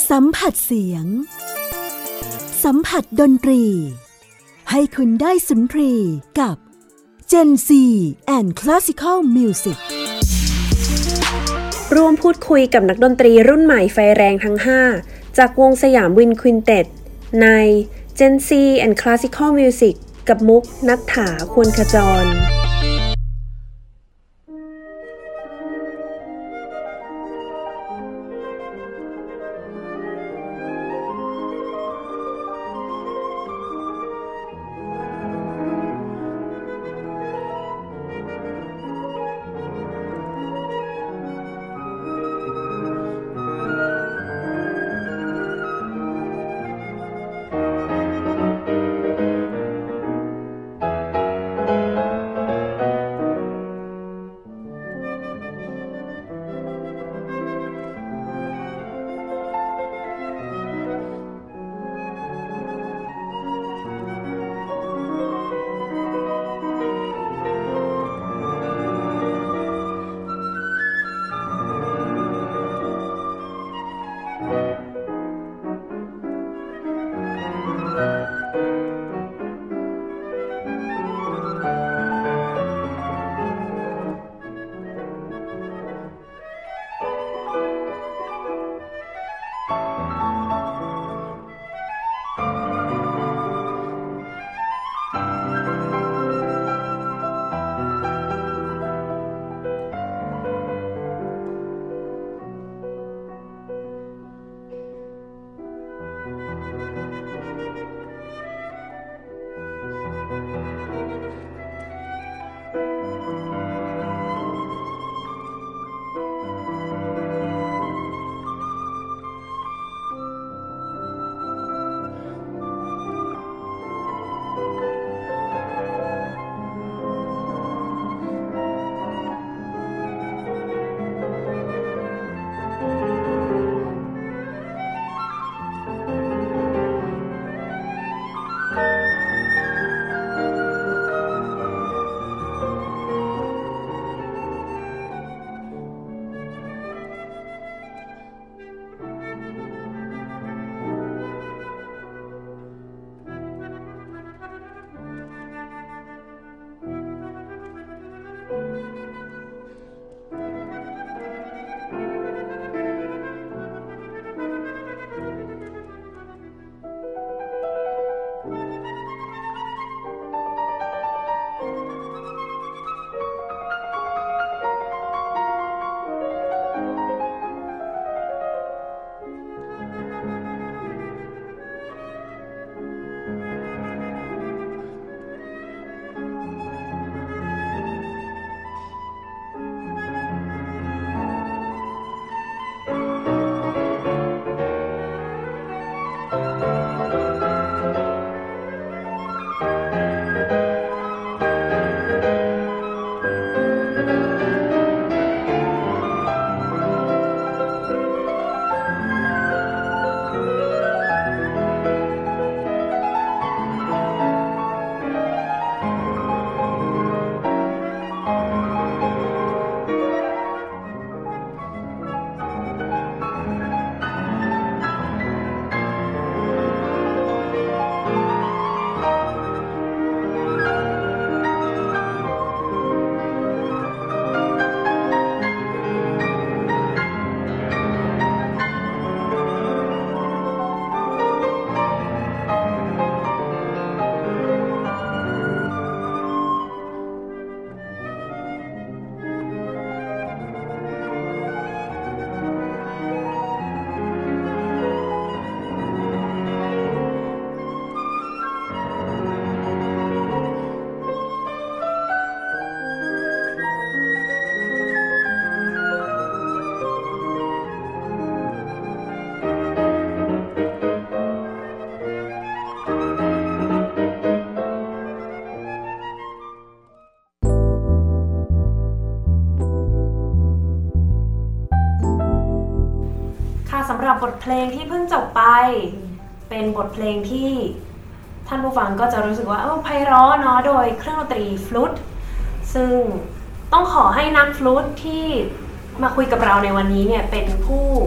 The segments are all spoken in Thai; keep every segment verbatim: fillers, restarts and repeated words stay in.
สัมผัสเสียงสัมผัสดนตรีให้คุณได้สุนทรีกับ Gen ซี and Classical Music ร่วมพูดคุยกับนักดนตรีรุ่นใหม่ไฟแรงทั้งห้าจากวงสยามวินควินเต็ตใน Gen ซี and Classical Music กับมุกณัฐฐา ควรขจรสำหรับบทเพลงที่เพิ่งจบไปเป็นบทเพลงที่ท่านผู้ฟังก็จะรู้สึกว่าเออไพเราะเนาะโดยเครื่องดนตรีฟลูตซึ่งต้องขอให้นักฟลูตที่มาคุยกับเราในวันนี้เนี่ยเป็นผู้อ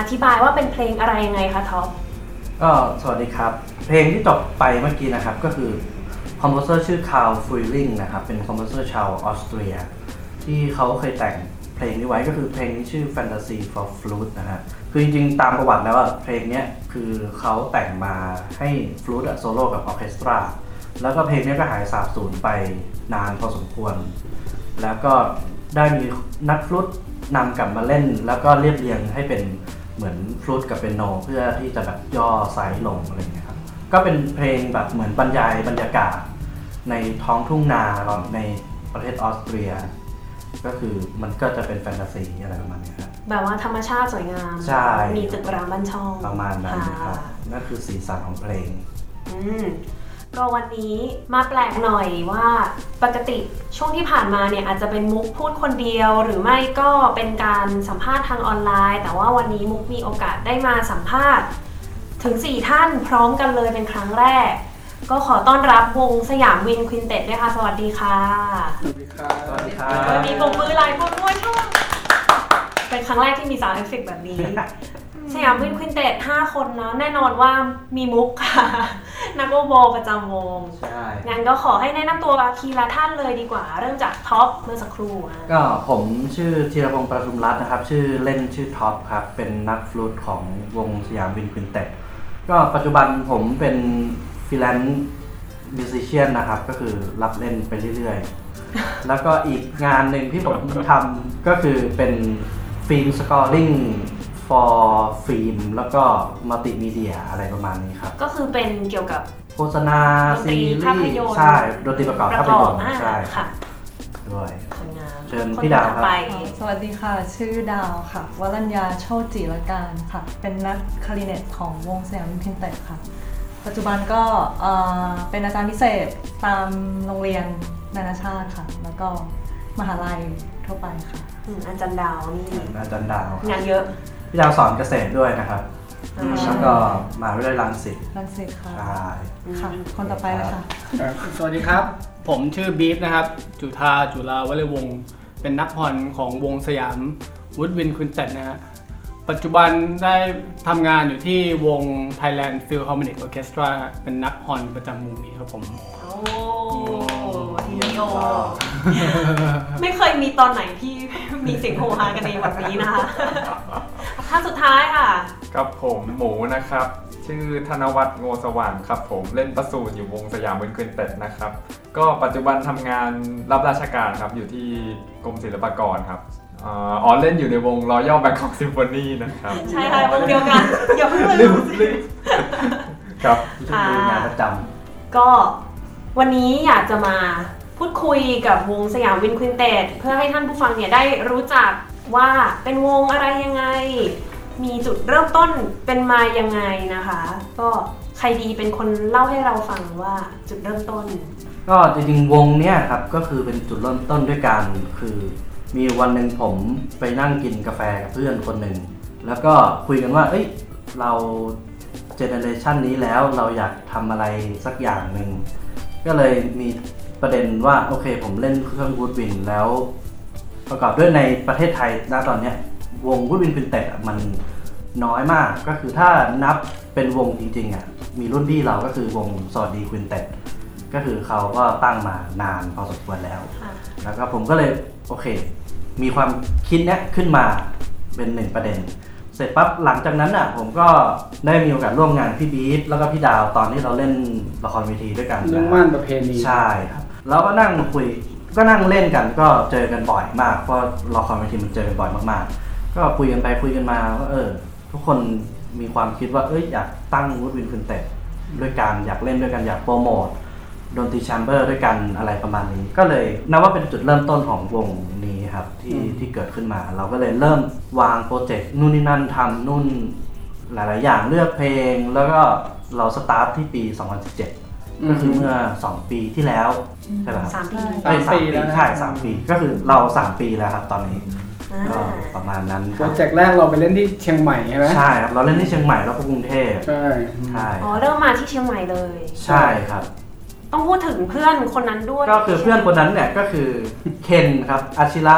ธิบายว่าเป็นเพลงอะไรยังไงคะท็อปก็สวัสดีครับเพลงที่จบไปเมื่อกี้นะครับก็คือคอมโพเซอร์ชื่อคาร์ล ฟรุยลิงนะครับเป็นคอมโพเซอร์ชาวออสเตรียที่เขาเคยแต่งเพลงนี้ไว้ก็คือเพลงนี้ชื่อ Fantasy for Flute นะฮะคือจริงๆตามประวัติแล้วอะเพลงนี้คือเขาแต่งมาให้ฟลูตโซโล่กับออร์เคสตราแล้วก็เพลงนี้ก็หายสาบสูญไปนานพอสมควรแล้วก็ได้มีนักฟลูตนำกลับมาเล่นแล้วก็เรียบเรียงให้เป็นเหมือนฟลูตกับเปียโนเพื่อที่จะแบบย่อไซส์ลงอะไรอย่างเงี้ยครับก็เป็นเพลงแบบเหมือนบรรยายบรรยากาศในท้องทุ่งนาในประเทศออสเตรียก็คือมันก็จะเป็นแฟนตาซีอะไรประมาณนี้ครับแบบว่าธรรมชาติสวยงามใช่มีตึกรามบ้านช่องประมาณนั้นครับนั่นคือสีสันของเพลงอืมก็วันนี้มาแปลกหน่อยว่าปกติช่วงที่ผ่านมาเนี่ยอาจจะเป็นมุกพูดคนเดียวหรือไม่ก็เป็นการสัมภาษณ์ทางออนไลน์แต่ว่าวันนี้มุกมีโอกาสได้มาสัมภาษณ์ถึงสี่ท่านพร้อมกันเลยเป็นครั้งแรกก็ขอต้อนรับวงสยามวินควินเต็ตด้วยค่ะสวัสดีค่ะสวัสดีครับสวัสดีครับมีปรบมือหลายคนด้วยช่วงเป็นครั้งแรกที่มีซาวด์เอฟเฟคแบบนี้สยามวินควินเต็ตห้าคนเนาะแน่นอนว่ามีมุกค่ะนักโอโบประจำวงใช่งั้นก็ขอให้แนะนำตัวทีละท่านเลยดีกว่าเริ่มจากท็อปเมื่อสักครู่ก็ผมชื่อธีรพงษ์ประทุมรัตน์นะครับชื่อเล่นชื่อท็อปครับเป็นนักฟลูตของวงสยามวินควินเต็ตก็ปัจจุบันผมเป็นฟรีแลนซ์มิวสิเชียนนะครับก็คือรับเล่นไปเรื่อยๆแล้วก็อีกงานหนึ่งที่ผมทำก็คือเป็นฟิล์มสกอร์ลิ่ง for ฟิล์มแล้วก็มัลติมีเดียอะไรประมาณนี้ครับก็คือเป็นเกี่ยวกับโฆษณาซีรีส์ใช่ดนตรีประกอบภาพยนตร์ใช่ค่ะด้วยเชิญพี่ดาวครับสวัสดีค่ะชื่อดาวค่ะวรัญญาโชติจิรการค่ะเป็นนักคลาริเนตของวงสยามวินควินเต็ตค่ะปัจจุบันก็เป็นอาจารย์พิเศษตามโรงเรียนนานาชาติค่ะแล้วก็มหาลัยทั่วไปค่ะอาจารย์ดาวนี่อาจารย์ดาวงานเยอะพี่ดาวสอนเกษตรด้วยนะครับแล้วก็มหาวิทยาลัยรังสิตรังสิตค่ะใช่ค่ะคนต่อไปเลยค่ะสวัสดีครับผมชื่อบีฟนะครับจุฑาจุฬาวลัยวงศ์เป็นนักฮอร์นของวงสยามวูดวินควินเต็ตนะฮะปัจจุบันได้ทำงานอยู่ที่วง Thailand Philharmonic Orchestra เป็นนักฮอร์นประจำวงนี้ครับผมโอ้ทีนี้โอไม่เคยมีตอนไหนที่มีเสียงโฮฮากันในแบบนี้นะคะท่านสุดท้ายค่ะครับผมหมูนะครับชื่อธนวัฒน์โงสว่างครับผมเล่นประสูติอยู่วงสยามวินควินเต็ตนะครับก็ปัจจุบันทำงานรับราชการครับอยู่ที่กรมศิลปากรครับอ๋อเล่นอยู่ในวง Royal Bangkok Symphony นะครับใช่ค่ะวงเดียวกันอย่าเพิ่งลืมครับคืองานประจำก็วันนี้อยากจะมาพูดคุยกับวงสยามวินควินเต็ตเพื่อให้ท่านผู้ฟังเนี่ยได้รู้จักว่าเป็นวงอะไรยังไงมีจุดเริ่มต้นเป็นมายังไงนะคะก็ใครดีเป็นคนเล่าให้เราฟังว่าจุดเริ่มต้นก็จริงๆวงเนี้ยครับก็คือเป็นจุดเริ่มต้นด้วยกันคือมีวันหนึ่งผมไปนั่งกินกาแฟกับเพื่อนคนหนึ่งแล้วก็คุยกันว่าเอ้ยเราเจเนเรชันนี้แล้วเราอยากทำอะไรสักอย่างหนึ่งก็เลยมีประเด็นว่าโอเคผมเล่นเครื่องวูดวินแล้วประกอบด้วยในประเทศไทยณตอนนี้วงวูดวินควินเต็ตมันน้อยมากก็คือถ้านับเป็นวงจริงๆอ่ะมีรุ่นพี่เราก็คือวงสวัสดีควินเต็ตก็คือเขาก็ตั้งมานานพอสมควรแล้วแล้วก็ผมก็เลยโอเคมีความคิดเนี้ยขึ้นมาเป็นหนึ่งประเด็นเสร็จปั๊บหลังจากนั้นอ่ะผมก็ได้มีโอกาสร่วมงานพี่บีทแล้วก็พี่ดาวตอนที่เราเล่นละครเวทีด้วยกันเรื่องม่านประเพณีใช่ครับแล้วก็นั่งคุยก็นั่งเล่นกันก็เจอกันบ่อยมากเพราะละครเวทีมันเจอกันบ่อยมากๆก็คุยกันไปคุยกันมาว่าเออทุกคนมีความคิดว่าเอ้ยอยากตั้งวูดวินควินเต็ตด้วยกันอยากเล่นด้วยกันอยากโปรโมทดนตรีแชมเบอร์ด้วยกันอะไรประมาณนี้ก็เลยนับว่าเป็นจุดเริ่มต้นของวงนี้ครับที่ที่เกิดขึ้นมาเราก็เลยเริ่มวางโปรเจกต์นู่นนี่นั่นทำนู่นหลายๆอย่างเลือกเพลงแล้วก็เราสตาร์ทที่ปีสองพันสิบเจ็ดก็คือเมื่อสองปีที่แล้วใช่ไหมครับสามปีใช่สามปีใช่สามปีก็คือเราสามปีแล้วครับตอนนี้ก็ประมาณนั้นโปรเจกต์แรกเราไปเล่นที่เชียงใหม่ใช่ไหมใช่ครับเราเล่นที่เชียงใหม่แล้วก็กรุงเทพใช่ใช่อ๋อเริ่มมาที่เชียงใหม่เลยใช่ครับต้องพูดถึงเพื่อนคนนั้นด้วยก็คือเพื่อนคนนั้นเนี่ยก็คือเคนครับอาชิระ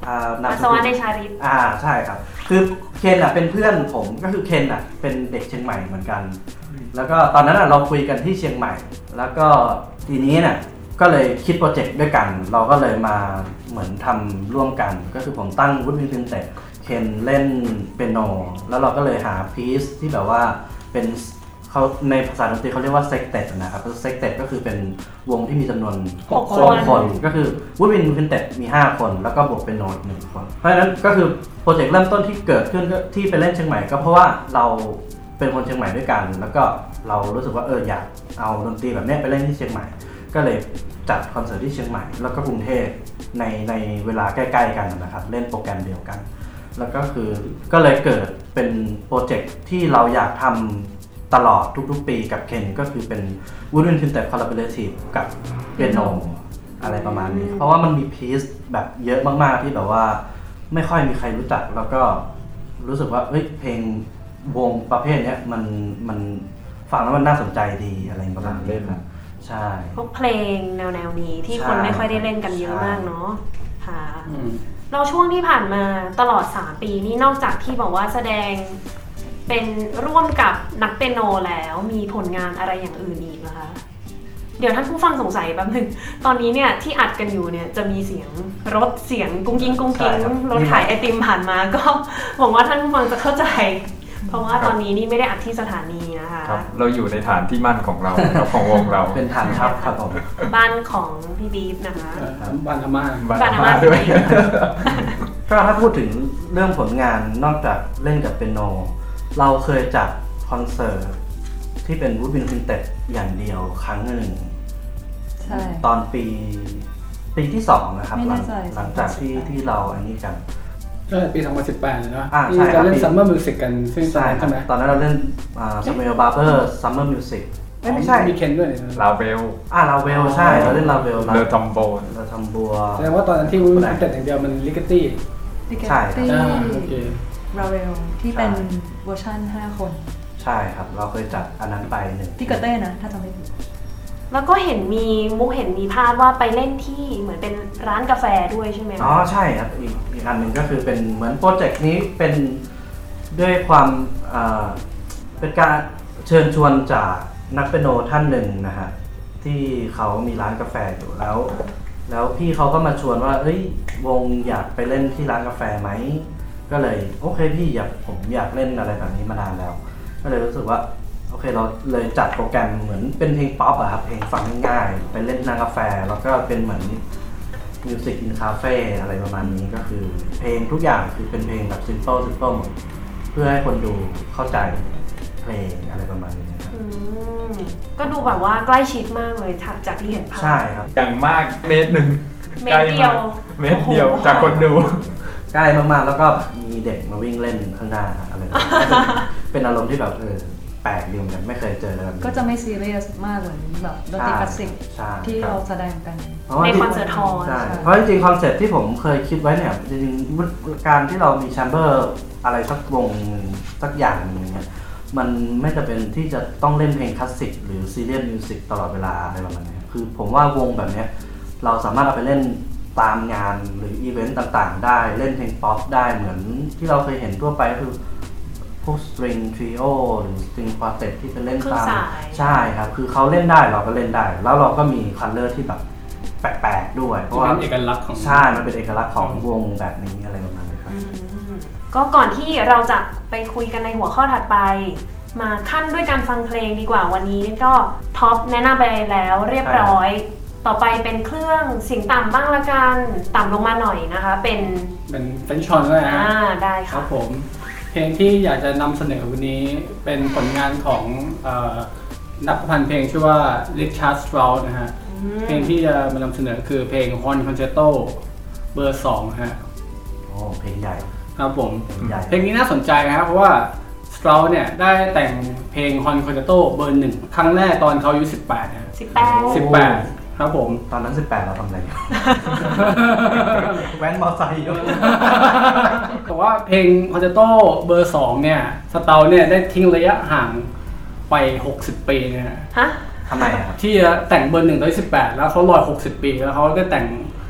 อ่านามอัสศกุวลเดชาริศอ่าใช่ครับคือเคนอ่ะเป็นเพื่อนผมก็คือเคนอ่ะเป็นเด็กเชียงใหม่เหมือนกันแล้วก็ตอนนั้นอ่ะเราคุยกันที่เชียงใหม่แล้วก็ทีนี้เนี่ยก็เลยคิดโปรเจกต์ด้วยกันเราก็เลยมาเหมือนทำร่วมกันก็คือผมตั้งวุฒิวินพินเต็ดเคนเล่นเปียโนแล้วเราก็เลยหาพีซที่แบบว่าเป็นเขาในภาษาดนตรีเขาเรียกว่าเซ็กเต็ดนะครับเซ็กเต็ดก็คือเป็นวงที่มีจำนวนหกสองคนก็คือวุฒิวินพินเต็ดมีห้าคนแล้วก็บวกเป็นโนดหนึ่งคนเพราะฉะนั้นก็คือโปรเจกต์เริ่มต้นที่เกิดขึ้นก็ที่ไปเล่นเชียงใหม่ก็เพราะว่าเราเป็นคนเชียงใหม่ด้วยกันแล้วก็เรารู้สึกว่าเอออยากเอาดนตรีแบบนี้ไปเล่นที่เชียงใหม่ก็เลยจัดคอนเสิร์ตที่เชียงใหม่แล้วก็กรุงเทพในในเวลาใกล้ๆกันนะครับเล่นโปรแกรมเดียวกันแล้วก็คือก็เลยเกิดเป็นโปรเจกต์ที่เราอยากทำตลอดทุกๆปีกับเคนก็คือเป็น Woodwind Quintet Collaborative กับเปียโนอะไรประมาณนี้เพราะว่ามันมีพีซแบบเยอะมากๆที่แบบว่าไม่ค่อยมีใครรู้จักแล้วก็รู้สึกว่าเฮ้ยเพลงวงประเภทนี้มันมันฟังแล้วมันน่าสนใจดีอะไรประมาณนี้ครับใช่พวกเพลงแนวแนวนี้ที่คนไม่ค่อยได้เล่นกันเยอะมากเนาะค่ะเราช่วงที่ผ่านมาตลอดสามปีนี้นอกจากที่บอกว่าแสดงเป็นร่วมกับนักเปียโนแล้วมีผลงานอะไรอย่างอื่นอีกนะคะ เดี๋ยวท่านผู้ฟังสงสัยแป๊บนึงตอนนี้เนี่ยที่อัดกันอยู่เนี่ยจะมีเสียงรถเสียงกุ้งกิ้งกุ้งกิ้งรถขายไอติมผ่านมาก็หวังว่าท่านผู้ฟังจะเข้าใจเพราะว่าตอนนี้นี่ไม่ได้อัดที่สถานีนะคะครับเราอยู่ในฐานที่มั่นของเราของวงเราเป็นฐานทัพครับผมบ้านของพี่บีฟนะคะบ้านอาม่าบ้านอาม่าด้วยก็ถ้าพูดถึงเรื่องผลงานนอกจากเล่นกับเปียโนเราเคยจัดคอนเสิร์ตที่เป็นวูดวินควินเต็ตอย่างเดียวครั้งหนึ่งตอนปีปีที่สองนะครับหลังหลังจากที่ที่เราอันนี้กันก็ปีสองพันสิบแปดนะที่จะเล่นซัมเมอร์มิวสิกกันใช่ไหมตอนนั้นเราเล่นซัมเมอร์บาร์เบอร์ซัมเมอร์มิวสิกไม่ใช่มีเคนด้วยลาเวลอ่าลาเวลใช่เราเล่นลาเวลเลอทัมโบเลอทัมบัวแสดงว่าตอนนั้นที่วูดวินควินเต็ตอย่างเดียวมันลิกเกตี้ใช่โอเคราเวลที่เป็นเวอร์ชันห้าคนใช่ครับเราเคยจัดอันนั้นไปหนึ่งที่เกิดเต้นะถ้าจำไม่ผิดแล้วก็เห็นมีมุกเห็นมีภาพว่าไปเล่นที่เหมือนเป็นร้านกาแฟด้วยใช่ไหมอ๋อใช่ครับอีกอีกอันหนึ่งก็คือเป็นเหมือนโปรเจกต์นี้เป็นด้วยความเป็นการเชิญชวนจากนักเปียโนท่านหนึ่งนะฮะที่เขามีร้านกาแฟอยู่แล้วแล้วพี่เขาก็มาชวนว่าเอ้ยวงอยากไปเล่นที่ร้านกาแฟไหมก็เลยโอเคพี่อยากผมอยากเล่นอะไรแบบนี้มานานแล้วก็เลยรู้สึกว่าโอเคเราเลยจัดโปรแกรมเหมือนเป็นเพลงป๊อปอะครับเพลงฟังง่ายๆไปเล่นร้านกาแฟแล้วก็เป็นเหมือนมิวสิกอินคาเฟ่อะไรประมาณนี้ก็คือเพลงทุกอย่างคือเป็นเพลงแบบซิมเปิลซิมเปิลหมดเพื่อให้คนดูเข้าใจเพลงอะไรประมาณนี้ครับก็ดูแบบว่าใกล้ชิดมากเลยถัดจากที่เห็นภาพใช่ครับอย่างมากเมตรหนึ่งเมตรเดียวเมตรเดียวจากคนดูใกล้มากๆแล้วก็มีเด็กมาวิ่งเล่นข้างหน้าอะไรแบบนี้เป็นอารมณ์ที่แบบเออแปลกดีเหมือนกันไม่เคยเจอเลยก็จะไม่ซีเรียสมากเหมือนแบบดนตรีคลาสสิกที่เราแสดงกันในคอนเสิร์ตฮอลล์เพราะจริงๆคอนเซ็ปต์ที่ผมเคยคิดไว้เนี่ยจริงๆการที่เรามีแชมเบอร์อะไรสักวงสักอย่างนึงเนี่ยมันไม่จำเป็นที่จะต้องเล่นเพลงคลาสสิกหรือซีเรียสมิวสิกตลอดเวลาอะไรประมาณนี้คือผมว่าวงแบบนี้เราสามารถเอาไปเล่นตามงานหรืออีเวนต์ต่างๆได้เล่นเพลงป๊อปได้เหมือนที่เราเคยเห็นทั่วไปก็คือพวกสตริงทริโอหรือสตริงควอเต็ตที่เป็นเล่นตามใช่ครับคือเขาเล่นได้เราก็เล่นได้แล้วเราก็มีคัลเลอร์ที่แบบแปลกๆด้วยเพราะว่าเป็นเอกลักษณ์ของใช่มันเป็นเอกลักษณ์ของวงแบบนี้อะไรประมาณนี้ครับก็ก่อนที่เราจะไปคุยกันในหัวข้อถัดไปมาขั้นด้วยการฟังเพลงดีกว่าวันนี้ก็ท็อปแนะนำไปแล้วเรียบร้อยต่อไปเป็นเครื่องเสียงต่ำบ้างละกันต่ำลงมาหน่อยนะคะเป็นเป็นเป็นชอนเลยนะอ่าได้ค่ะครับผมเพลงที่อยากจะนำเสนอวันนี้เป็นผลงานของนักประพันธ์เพลงชื่อว่า Richard Strauss นะฮะเพลงที่จะมานำเสนอคือเพลง Horn Concerto เบอร์สองฮะโอ้เพลงใหญ่ครับผมเพลงนี้น่าสนใจนะครับเพราะว่า Strauss เนี่ยได้แต่งเพลง Horn Concerto เบอร์หนึ่งครั้งแรกตอนเขาอายุสิบแปดนะสิบแปดสิบแปดครับผมตอนนั้นสิบแปดเราทำอะไรอยู่แว้นมอไซค์ด้วยแต่ว่าเพลงคอนแชร์โตเบอร์สองเนี่ยสเตาเนี่ยได้ทิ้งระยะห่างไปหกสิบปีเนี่ยฮะทำไมอ่ะที่จะแต่งเบอร์หนึ่งตอนสิบแปดแล้วเขารอหกสิบปีแล้วเขาได้แต่ง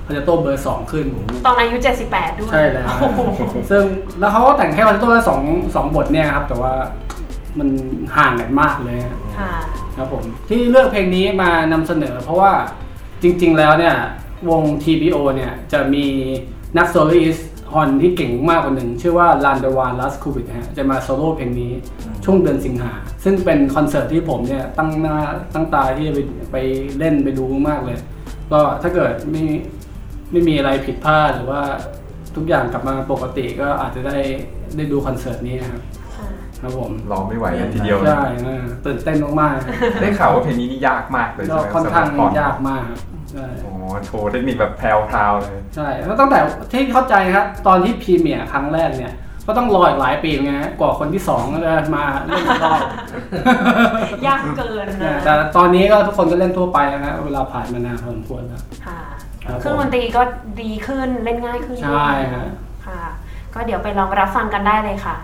คอนแชตโตเบอร์สองขึ้นตอนอายุเจ็ดสิบแปดด้วยใช่แล้วซึ่งแล้วเขาก็แต่งแค่คอนแชตโตแค่สองสองบทเนี่ยครับแต่ว่ามันห่างกันมากเลยครับผมที่เลือกเพลงนี้มานำเสนอเพราะว่าจริงๆแล้วเนี่ยวง ที บี โอ เนี่ยจะมีนักโซโลิสต์ฮอนที่เก่งมากกว่าหนึ่งชื่อว่าลานเดวานลัสคูบิกฮะจะมาโซโล่เพลงนี้ช่วงเดือนสิงหาซึ่งเป็นคอนเสิร์ตที่ผมเนี่ยตั้งหน้าตั้งตาที่จะไปไปเล่นไปดูมากเลยก็ถ้าเกิดไม่ไม่มีอะไรผิดพลาดหรือว่าทุกอย่างกลับมาปกติก็อาจจะได้ได้ดูคอนเสิร์ตนี้ครับครับผมรอไม่ไหวกันทีเดียวใช่ตื่นเต้นมากๆได้ข่าวว่าเพลงนี้นี่ยากมากเลยใช่ไหมค่อนข้างยากมากโอ้โชว์เทคนิคแบบแพรวๆเลยใช่แล้วตั้งแต่ที่เข้าใจครับตอนที่พรีเมียร์ครั้งแรกเนี่ยก็ต้องรออีกหลายปีไงกว่าคนที่สองจะมาเล่นรอบยากเกินนะแต่ตอนนี้ก็ทุกคนก็เล่นทั่วไปนะฮะเวลาผ่านมานานพอสมควรแล้วค่ะเครื่องดนตรีก็ดีขึ้นเล่นง่ายขึ้นใช่ค่ะค่ะก็เดี๋ยวไปลองรับฟังกันได้เลยค่ะ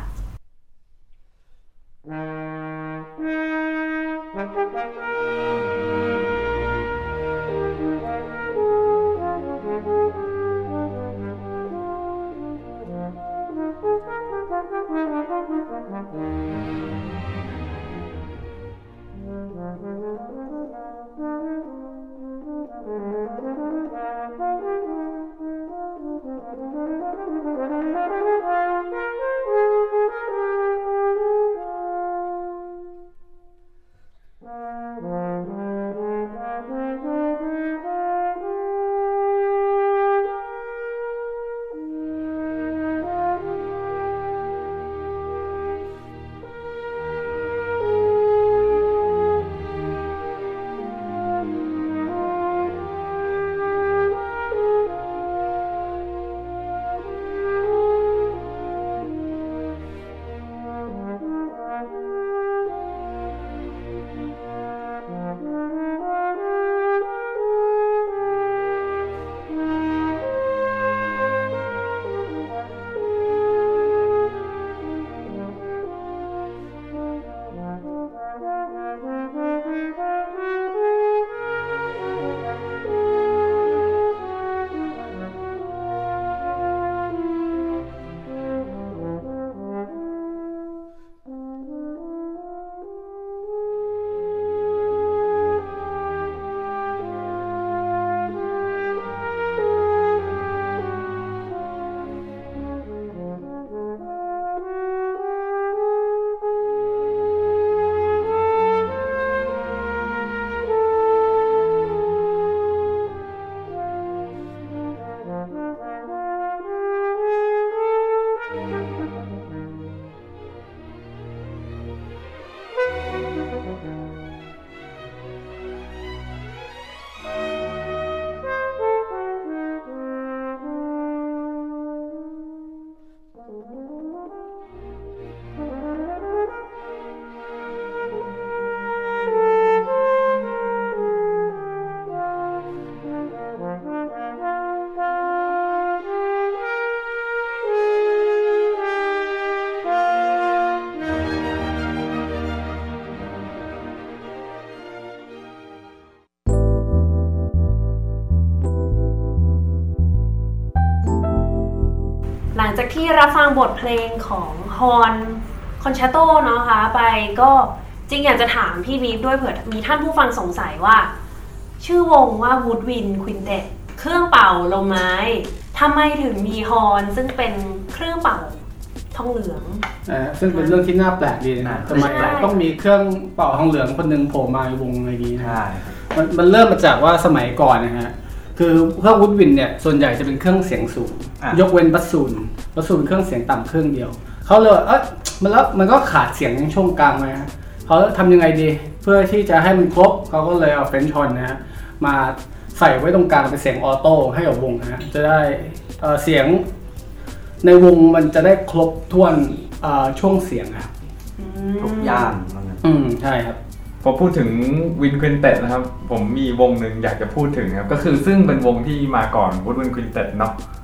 หลังจากที่รับฟังบทเพลงของฮอนคอนแชตโตเนาะคะไปก็จริงอยากจะถามพี่บีฟด้วยเผื่อมีท่านผู้ฟังสงสัยว่าชื่อวงว่า Woodwind Quintet เครื่องเป่าลมไม้ทำไมถึงมีฮอนซึ่งเป็นเครื่องเป่าทองเหลืองอ่าซึ่งเป็นเรื่องที่น่าแปลกดีนะทำไมต้องมีเครื่องเป่าทองเหลืองคนนึงโผล่มาในวงอะไรนี้ใช่มันมันเริ่มมาจากว่าสมัยก่อนนะฮะคือเครื่องวูดวินเนี่ยส่วนใหญ่จะเป็นเครื่องเสียงสูงยกเว้นบัสซูนบัสซูนเป็นเครื่องเสียงต่ำเครื่องเดียวเขาเลยเอ๊ะมันแล้วมันก็ขาดเสียงช่วงกลางไหมฮะเขาทำยังไงดีเพื่อที่จะให้มันครบเขาก็เลยเอาเฟรนช์ฮอร์นนะฮะมาใส่ไว้ตรงกลางเป็นเสียงออโต้ให้กับวงนะฮะจะได้เสียงในวงมันจะได้ครบถ้วนช่วงเสียงครับทุกอย่างอืมใช่ครับพอพูดถึงวินควินเต็ตนะครับผมมีวงหนึ่งอยากจะพูดถึงครับก็คือซึ่งเป็นวงที่มาก่อนวูดวินควินเต็ตเนาะ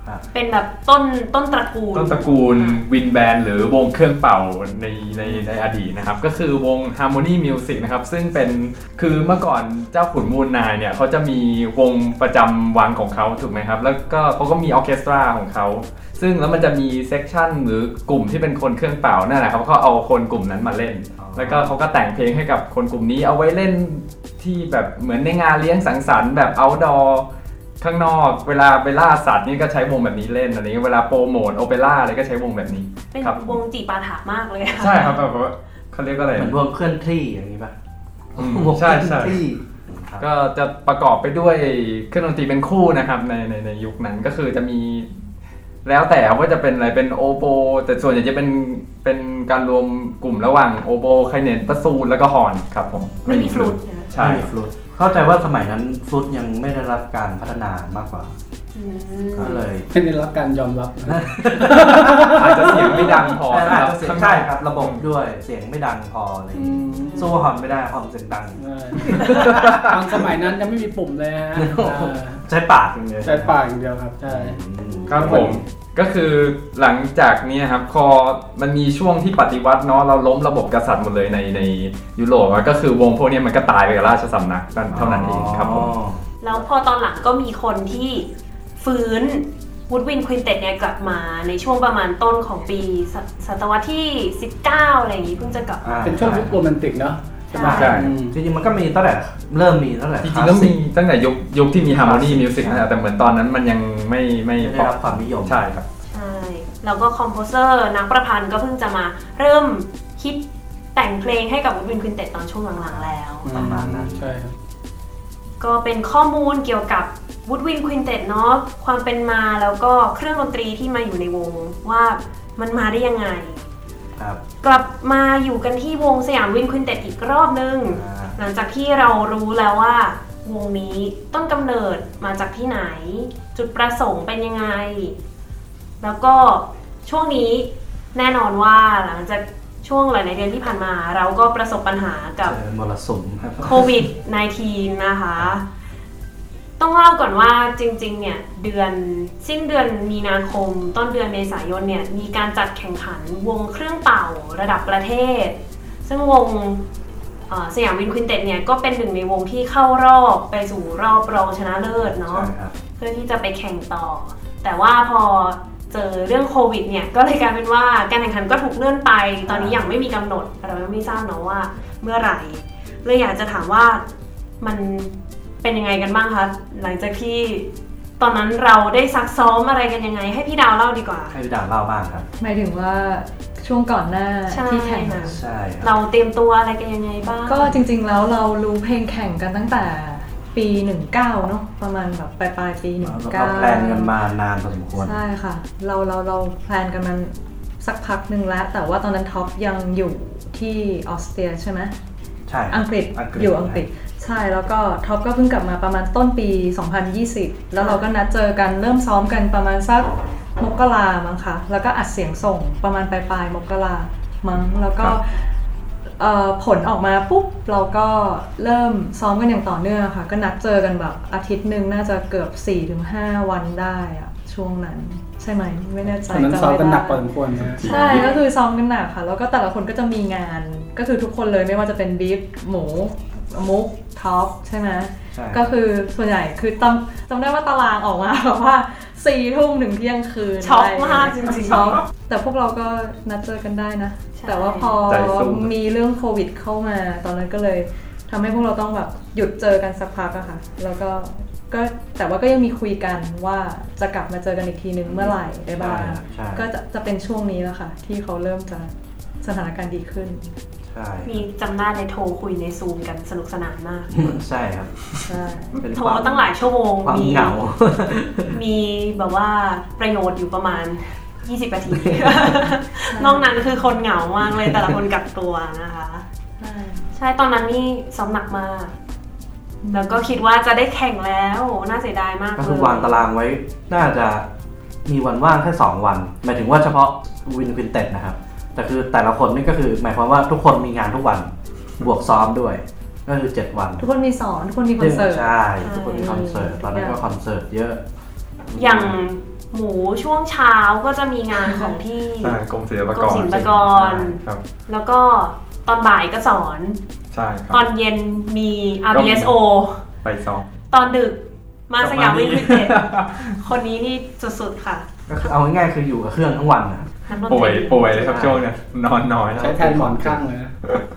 เป็นแบบต้นต้นตระกูลต้นตระกูลวินแบนด์หรือวงเครื่องเป่าในในในอดีตนะครับก็คือวง Harmony Music นะครับซึ่งเป็นคือเมื่อก่อนเจ้าขุนมูลนายเนี่ยเขาจะมีวงประจำวังของเขาถูกไหมครับแล้วก็เขาก็มีออร์เคสตราของเขาซึ่งแล้วมันจะมีเซกชันหรือกลุ่มที่เป็นคนเครื่องเป่านั่นแหละครับเขาเอาคนกลุ่มนั้นมาเล่นแล้วก็เขาก็แต่งเพลงให้กับคนกลุ่มนี้เอาไว้เล่นที่แบบเหมือนในงานเลี้ยงสังสรรค์แบบ outdoorข้างนอกเวลาไปล่าสัตว์นี่ก็ใช้วงแบบนี้เล่นอะไรเงี้ยเวลาโปรโมทโอเปร่าอะไรก็ใช้วงแบบนี้เป็นวงจีปาถามากเลยใช่ครับแบบว่าเขาเรียกอะไรเหมือนวงเคลื่อนที่อย่างนี้ป่ะใช่ใช่ก็จะประกอบไปด้วยเครื่องดนตรีเป็นคู่นะครับในในในยุคนั้นก็คือจะมีแล้วแต่ว่าจะเป็นอะไรเป็นโอโบแต่ส่วนใหญ่จะเป็นเป็นการรวมกลุ่มระหว่างโอโบไคเนตประซูนแล้วก็ฮอร์นครับผมไม่มีฟลูตใช่ไม่มีฟลูตเข้าใจว่าสมัยนั้นฟลุตยังไม่ได้รับการพัฒนามากกว่าก็เลยไม่ได้รับการยอมรับอาจจะเสียงไม่ดังพอครับใช่ครับระบบด้วยเสียงไม่ดังพออะไรสู้ฮอร์นไม่ได้ฮอร์นเสียงดังตอนสมัยนั้นยังไม่มีปุ่มเลยฮะใช้ปากอย่างเดียวใช้ปากอย่างเดียวครับใช่ครับผมก็คือหลังจากนี้ครับพอมันมีช่วงที่ปฏิวัติเนาะเราล้มระบบกษัตริย์หมดเลยในในยุโรปก็คือวงพวกนี้มันก็ตายไปกับราชสำนักกันเท่านั้นเองครับผมแล้วพอตอนหลังก็มีคนที่ฟื้นวูดวินควินเต็ตเนี่ยกลับมาในช่วงประมาณต้นของปีศตวรรษที่สิบเก้าอะไรอย่างงี้เพิ่งจะกลับเป็นช่วงยุคโรแมนติกเนาะใช่จริงๆมันก็มีตั้งแต่เริ่มมีตั้งแต่จริงๆก็มีตั้งแต่ยุคยุคที่มี Harmony Music นะแต่เหมือนตอนนั้นมันยังไม่ไม่ได้รับความนิยมใช่ครับใช่แล้วก็คอมโพเซอร์นักประพันธ์ก็เพิ่งจะมาเริ่มคิดแต่งเพลงให้กับวูดวินควินเต็ตตอนช่วงหลังๆแล้วประมาณนั้นใช่ครับก็เป็นข้อมูลเกี่ยวกับวูดวินควินเต็ตเนาะความเป็นมาแล้วก็เครื่องดนตรีที่มาอยู่ในวงว่ามันมาได้ยังไงกลับมาอยู่กันที่วงสยามวินควินเต็ตอีกรอบนึงหลังจากที่เรารู้แล้วว่าวงนี้ต้นกำเนิดมาจากที่ไหนจุดประสงค์เป็นยังไงแล้วก็ช่วงนี้แน่นอนว่าหลังจากช่วงหลายๆเดือนที่ผ่านมาเราก็ประสบปัญหากับมรสุมโควิด สิบเก้า นะคะต้องเล่าก่อนว่าจริงๆเนี่ยเดือนสิ้นเดือนมีนาคมต้นเดือนเมษายนเนี่ยมีการจัดแข่งขันวงเครื่องเป่าระดับประเทศซึ่งวงสยามวินควินเต็ตเนี่ยก็เป็นหนึ่งในวงที่เข้ารอบไปสู่รอบรองชนะเลิศเนาะเพื่อที่จะไปแข่งต่อแต่ว่าพอเจอเรื่องโควิดเนี่ยก็เลยกลายเป็นว่าการแข่งขันก็ถูกเลื่อนไปตอนนี้ยังไม่มีกำหนดเราไม่ทราบเนาะว่าเมื่อไหร่เลยอยากจะถามว่ามันเป็นยังไงกันบ้างคะหลังจากที่ตอนนั้นเราได้ซักซ้อมอะไรกันยังไงให้พี่ดาวเล่าดีกว่าให้พี่ดาวเล่าบ้างครับหมายถึงว่าช่วงก่อนหน้าที่แข่งใช่เราเตรียมตัวอะไรกันยังไงบ้างก็จริงๆแล้วเรารู้เพลงแข่งกันตั้งแต่ปีสิบเก้าเนาะประมาณแบบปลายปลายปีสิบเก้าเราแพลนกันมานานพอสมควรใช่ค่ะเราเราเราแพลนกันมันสักพักนึงแล้วแต่ว่าตอนนั้นท็อปยังอยู่ที่ออสเตรียใช่ไหมใช่อังกฤษอยู่อังกฤษใช่แล้วก็ท็อปก็เพิ่งกลับมาประมาณต้นปีสองพันยี่สิบแล้วเราก็นัดเจอกันเริ่มซ้อมกันประมาณสักมกรามั้งค่ะแล้วก็อัดเสียงส่งประมาณปลายปลายมกรามั้งแล้วก็ผลออกมาปุ๊บเราก็เริ่มซ้อมกันอย่างต่อเนื่องค่ะก็นัดเจอกันแบบอาทิตย์นึงน่าจะเกือบ สี่ถึงห้า วันได้อะช่วงนั้นใช่ไหมไม่แน่ใจตอนนั้นซ้อมกันหนักพอสมควรใช่ก็คือซ้อมกันหนักค่ะแล้วก็แต่ละคนก็จะมีงานก็คือทุกคนเลยไม่ว่าจะเป็นบีฟหมูมุกท็อปใช่ไหมก็คือส่วนใหญ่คือจำจำได้ว่าตารางออกมาแบบว่าสี่ทุ่มถึงเที่ยงคืนช็อกมากจริงๆช็อกแต่พวกเราก็นัดเจอกันได้นะแต่ว่าพอมีเรื่องโควิดเข้ามาตอนนั้นก็เลยทำให้พวกเราต้องแบบหยุดเจอกันสักพักอะค่ะแล้วก็ก็แต่ว่าก็ยังมีคุยกันว่าจะกลับมาเจอกันอีกทีนึงเมื่อไหร่ได้บ้างก็จะจะเป็นช่วงนี้แล้วค่ะที่เขาเริ่มจะสถานการณ์ดีขึ้นมีจำได้ในโทรคุยในซูมกันสนุกสนานมากใช่ครับใช่โทรตั้งหลายชั่วโมงมีเหงามีแบบว่าประโยชน์อยู่ประมาณยี่สิบนาทีนอกนั้นคือคนเหงามากเลยแต่ละคนกักตัวนะคะใช่ตอนนั้นนี่ซ้อมหนักมากแล้วก็คิดว่าจะได้แข่งแล้วน่าเสียดายมากเลยก็คือวางตารางไว้น่าจะมีวันว่างแค่สองวันหมายถึงว่าเฉพาะวินควินเต็ตนะครับแต่คือแต่ละคนนี่ก็คือหมายความว่าทุกคนมีงานทุกวันบวกซ้อมด้วยก็คือเจ็ดวันทุกคนมีสอนทุกคนมีคอนเสิร์ตใช่ทุกคนมีคอนเสิร์ตตอนนั้นก็คอนเสิร์ตเยอะอย่างหมูช่วงเช้าก็จะมีงานของที่ใช่กรมศิลปากกรรมศิลปากรครับแล้วก็ตอนบ่ายก็สอนใช่ครับตอนเย็นมี อาร์ บี เอส โอไปซ้อมตอนดึกมาสยามวินเทจเน็ตคนนี้นี่สุดๆค่ะก็คือเอาง่ายๆคืออยู่กับเครื่องทั้งวันนะนักดนป่ตวยรีป่วยเลยครับช่วงเนี้ยนอนน้อยใช้แทนหมอนข้างเลยนะ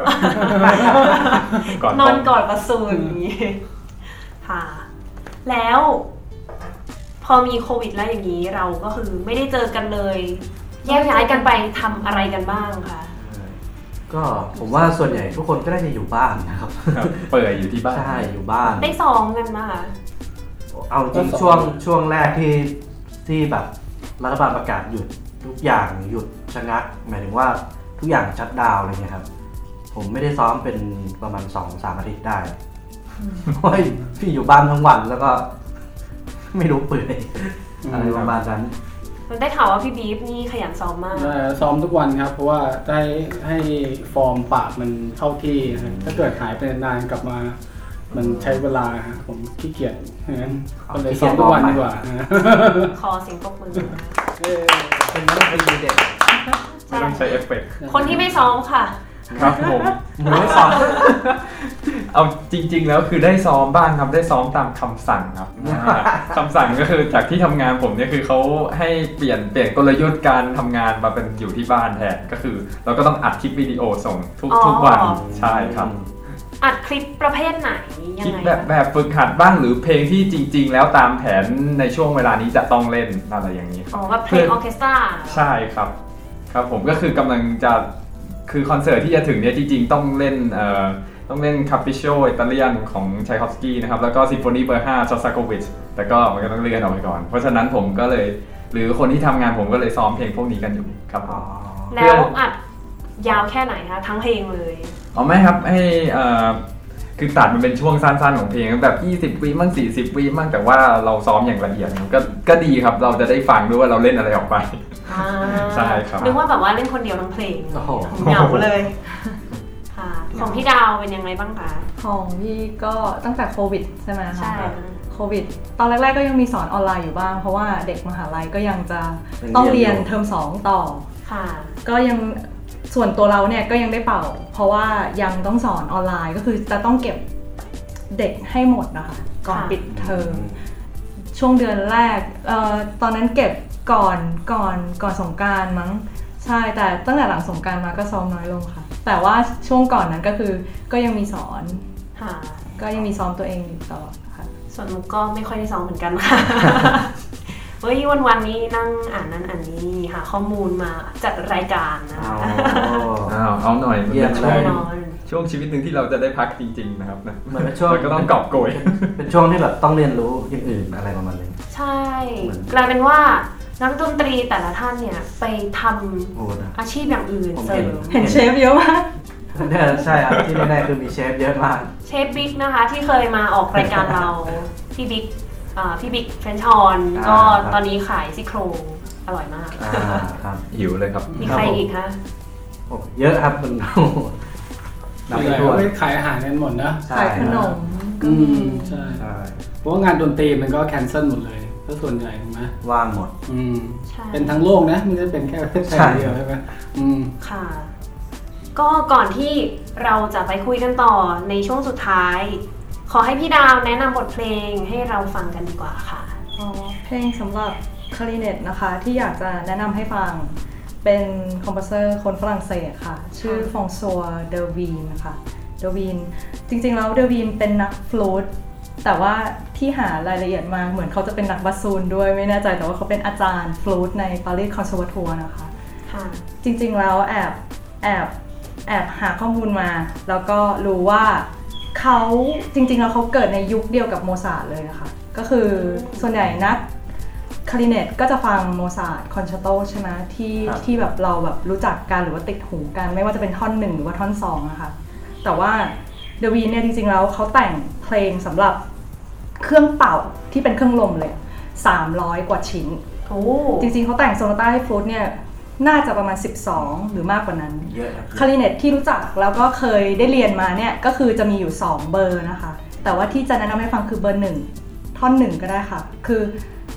ก่อนนอนกอดประสูนอย่างนี้ค่ะ แล้วพอมีโควิดแล้วอย่างนี้เราก็คือไม่ได้เจอกันเลย แยกย้ายกันไปทำอะไรกันบ้างคะก็ผมว่าส่วนใหญ่ทุกคนก็ได้จะอยู่บ้านนะครับครับเปิดอยู่ที่บ้านใช่อยู่บ้านได้ซ้อมกันมาคะเอาจริงช่วงช่วงแรกที่ที่แบบรัฐบาลประกาศหยุดทุกอย่างหยุดชะงักหมายถึงว่าทุกอย่างชัตดาวน์อะไรเงี้ยครับผมไม่ได้ซ้อมเป็นประมาณ สองถึงสาม อาทิตย์ได้เพราะพี่อยู่บ้านทั้งวันแล้วก็ไม่รู้เปื่อยอะไรประมาณนั้นได้ข่าวว่าพี่บีฟนี่ขยันซ้อมมากได้ซ้อมทุกวันครับเพราะว่าได้ให้ฟอร์มปากมันเข้าที่นะฮะถ้าเกิดหายไปนานกลับมา มันใช้เวลาฮะผมขี้เกียจงั้นก็เลยซ้อมทุกวันดีกว่าฮะขอเสียงปรบมือเป็นนักดนตรีเด็กไม่ต้องใช้เอฟเฟกต์คนที่ไม่ซ้อมค่ะครับผมหนูไม่ซ้อมเอาจริง ๆ แล้วคือได้ซ้อมบ้างครับได้ซ้อมตามคำสั่งครับคำสั่งก็คือจากที่ทำงานผมเนี่ยคือเขาให้เปลี่ยนเปลี่ยนกลยุทธ์การทำงานมาเป็นอยู่ที่บ้านแทนก็คือ เราก็ต้องอัดคลิปวิดีโอส่งทุกอ๋อทุกวันใช่ครับอัดคลิปประเภทไหนยังคลิปไงแบบแบบฝึกหัดบ้างหรือเพลงที่จริง ๆ แล้วตามแผนในช่วงเวลานี้จะต้องเล่นอะไรอย่างนี้คอ๋รัอบ แบบเพลงออร์เคสตราใช่ครับ ครับผมก็คือกำลังจะคือคอนเสิร์ตที่จะถึงเนี่ยจริงๆต้องเล่นเอ่อต้องเล่นคาปิโชอิตาเลียนของชัยคอฟสกี้นะครับแล้วก็ซิมโฟนีเบอร์ห้าชอสตาโควิชแต่ก็มันก็ต้องเลื่อนออกไปก่อนเพราะฉะนั้นผมก็เลยหรือคนที่ทำงานผมก็เลยซ้อมเพลงพวกนี้กันอยู่ครับผมแล้วอัดยาวแค่ไหนคะทั้งเพลงเลยอ๋อไม่ครับให้เอ่อคือตัดมันเป็นช่วงสั้นๆของเพลงแบบยี่สิบวิมั่งสี่สิบวิมั่งแต่ว่าเราซ้อมอย่างละเอียดก็ก็ดีครับเราจะได้ฟังด้วยว่าเราเล่นอะไรออกไปอ่าใช่ครับนึกว่าแบบว่าเล่นคนเดียวทั้งเพลงโอ้โหเหงาเลยค่ะของพี่ดาวเป็นยังไงบ้างคะของพี่ก็ตั้งแต่โควิดใช่ไหมคะใช่โควิดตอนแรกๆก็ยังมีสอนออนไลน์อยู่บ้างเพราะว่าเด็กมหาลัยก็ยังจะยังต้องเรียนเรียนอยู่เทอมสองต่อค่ะก็ยังส่วนตัวเราเนี่ยก็ยังได้เป่า เพราะว่ายังต้องสอนออนไลน์ก็คือจะต้องเก็บเด็กให้หมดนะคะก่อนค่ะปิดเทอมช่วงเดือนแรกเอ่อตอนนั้นเก็บก่อนก่อนก่อนสงกรานต์มั้งใช่แต่ตั้งแต่หลังสงกรานต์มาก็ซ้อมน้อยลงค่ะ แต่ว่าช่วงก่อนนั้นก็คือก็ยังมีสอนค่ะก็ยังมีซ้อมตัวเองอยู่ตลอดค่ะส่วนมุกก็ไม่ค่อยได้ซ้อมเหมือนกันค่ะ เฮ้ยวันวันๆนี้นั่งอ่านนั้นอ่านนี้หาข้อมูลมาจัดรายการนะอ๋ออ้าวเอาหน่อยมันเยี่ยเป็มนเลช่วงแน่นอนช่วงชีวิตหนึ่งที่เราจะได้พักจริงๆนะครับนะเหมือนเป็นช่วงเราก็ต้องกอบโกยเป็นช่วงที่แบบต้องเรียนรู้อย่างอื่นอะไรประมาณนี้ใช่เหมือนกลายเป็นว่านักดนตรีแต่ละท่านเนี่ยไปทโอ้นะำอาชีพอย่างอื่นผมเสริเห็นมเห็นเชฟเยอะมากเนี่ยใช่ครับที่แน่ๆคือมีเชฟเยอะมากเชฟบิ๊กนะคะที่เคยมาออกรายการเรา พี่บิ๊กอ่าพี่บิ๊กเฟรนช์ฮอนอ่าก็ครับตอนนี้ขายซี่โครงอร่อยมากอ่าครับหิวเลยครับมีใครอีกคะโอ้เยอะครับมันนับมีไม่อะไรถ้วก็นไม่ขายอาหารกันหมดนะใช่ขายขนมก็อืมีมใช่ใช่เพราะว่างานดนตรีมันก็แคนเซิลหมดเลยก็ส่วนใหญ่ถูกไหมว่างหมดอืมใช่เป็นทั้งโลกนะไม่ได้เป็นแค่ประเทศไทยใช่เดียวใช่ไหมอืมค่ะ ก็ก่อนที่เราจะไปคุยกันต่อในช่วงสุดท้าย ขอให้พี่ดาวแนะนำบทเพลงให้เราฟังกันดีกว่าค่ะอ๋อเพลงสำหรับคลาริเนตนะคะที่อยากจะแนะนำให้ฟังเป็นคอมโพเซอร์คนฝรั่งเศสค่ะ ชื่อฟองซัวเดอวีนนะคะเดอวีนจริงๆแล้วเดอวีนเป็นนักฟลูตแต่ว่าที่หารายละเอียดมาเหมือนเขาจะเป็นนักบาซูนด้วยไม่แน่ใจแต่ว่าเขาเป็นอาจารย์ฟลูตในปารีสคอนเสิร์ตทัวร์นะคะค่ะจริงๆแล้วแอบแอบแอบหาข้อมูลมา แล้วก็รู้ว่าเขาจริงๆแล้วเขาเกิดในยุคเดียวกับโมซาร์ทเลยนะคะก็คือส่วนใหญ่นักคลาริเนตก็จะฟังโมซาร์ทคอนแชร์โตใช่ไหมที่ครับที่แบบเราแบบรู้จักกันหรือว่าติดหูกันไม่ว่าจะเป็นท่อนหนึ่งหรือว่าท่อนสองนะคะแต่ว่าเดวีนเนี่ยจริงๆแล้วเขาแต่งเพลงสำหรับเครื่องเป่าที่เป็นเครื่องลมเลยสามร้อยกว่าชิ้นโอ้จริงๆเขาแต่งโซนาต้าให้ฟลูตเนี่ยน่าจะประมาณสิบสองหรือมากกว่านั้นเยอะครับคลาริเนตที่รู้จักแล้วก็เคยได้เรียนมาเนี่ยก็คือจะมีอยู่สองเบอร์นะคะแต่ว่าที่จะแนะนำให้ฟังคือเบอร์หนึ่งท่อนหนึ่งก็ได้ค่ะคือ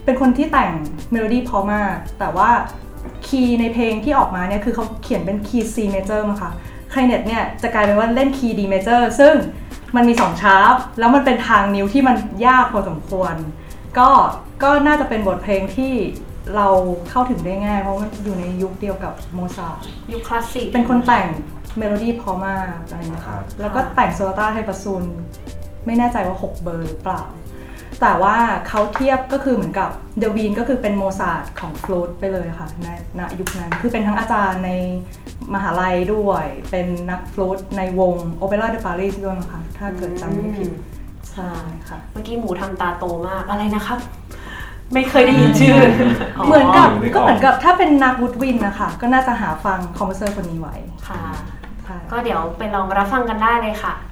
เป็นคนที่แต่งเมโลดี้เพราะมากแต่ว่าคีย์ในเพลงที่ออกมาเนี่ยคือเขาเขียนเป็นคีย์ C major มั้งคะคลาริเนตเนี่ยจะกลายเป็นว่าเล่นคีย์ D major ซึ่งมันมีสองชาร์ปแล้วมันเป็นทางนิ้วที่มันยากพอสมควรก็ก็น่าจะเป็นบทเพลงที่เราเข้าถึงได้ง่ายเพราะมันอยู่ในยุคเดียวกับโมซาร์ทยุคคลาสสิกเป็นคนแต่งเมโลดี้เพราะมากอะไรอย่างเงี้ยค่ะแล้วก็แต่งโซนาต้าไทยประซูนไม่แน่ใจว่าหกเบอร์หรือเปล่าแต่ว่าเขาเทียบก็คือเหมือนกับเดวีนก็คือเป็นโมซาร์ทของฟลูตไปเลยค่ะในณยุคนั้นคือเป็นทั้งอาจารย์ในมหาลัยด้วยเป็นนักฟลูตในวงโอเปร่าเดปารีสด้วยนะคะถ้าเกิดจำไม่ผิดใช่ค่ะเมื่อกี้หมูทำตาโตมากอะไรนะครับไม่เคยได้ยินชื่อเหมือนกับก็เหมือนกับถ้าเป็นนักวูดวินนะคะก็น่าจะหาฟังคอมโพเซอร์คนนี้ไว้ค่ะก็เดี๋ยวไปลองรับฟังกันได้เลยค่ะ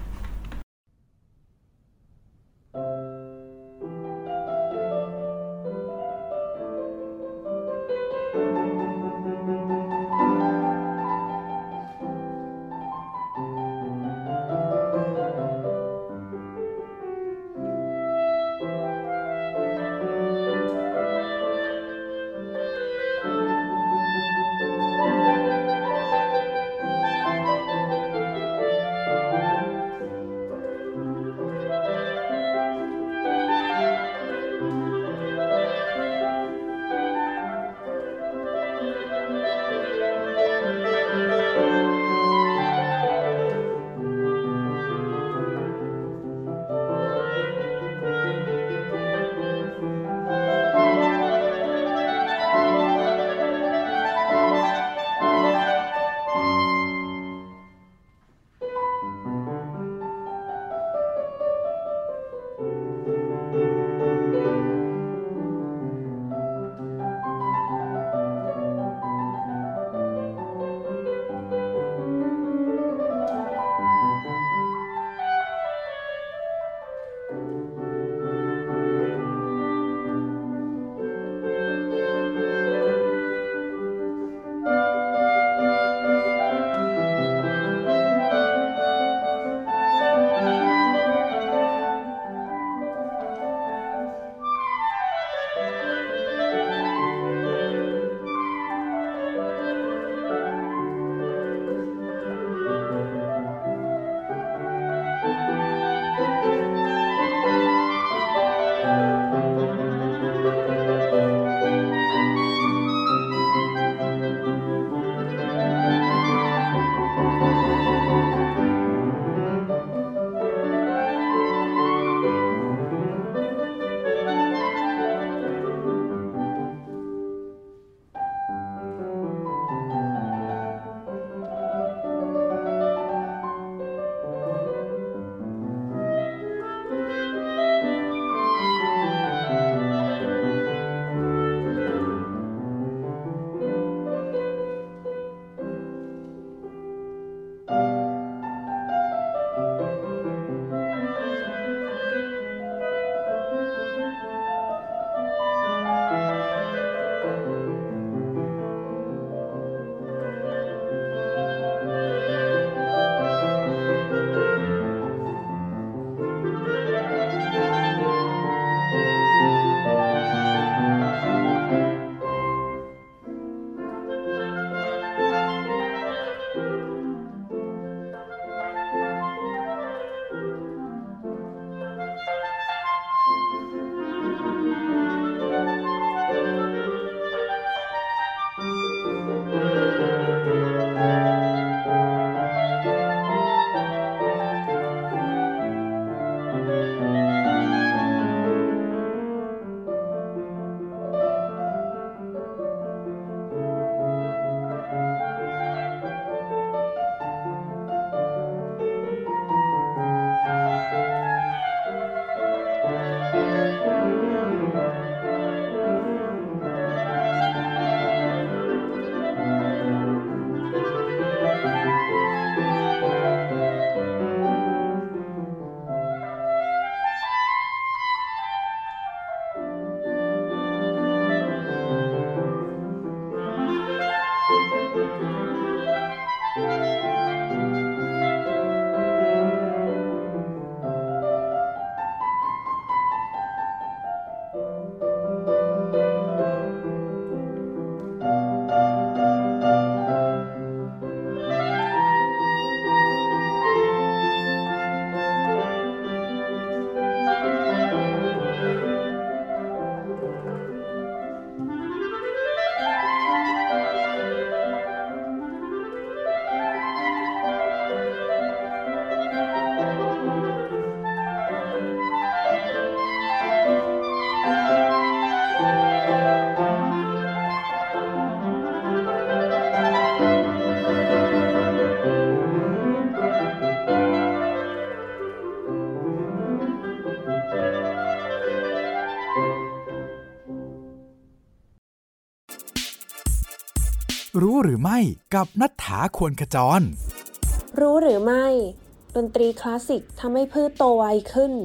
รู้หรือไม่กับณัฐฐา ควรขจรรู้หรือไม่ดนตรีคลาสสิกทำให้พืชโตไวขึ้น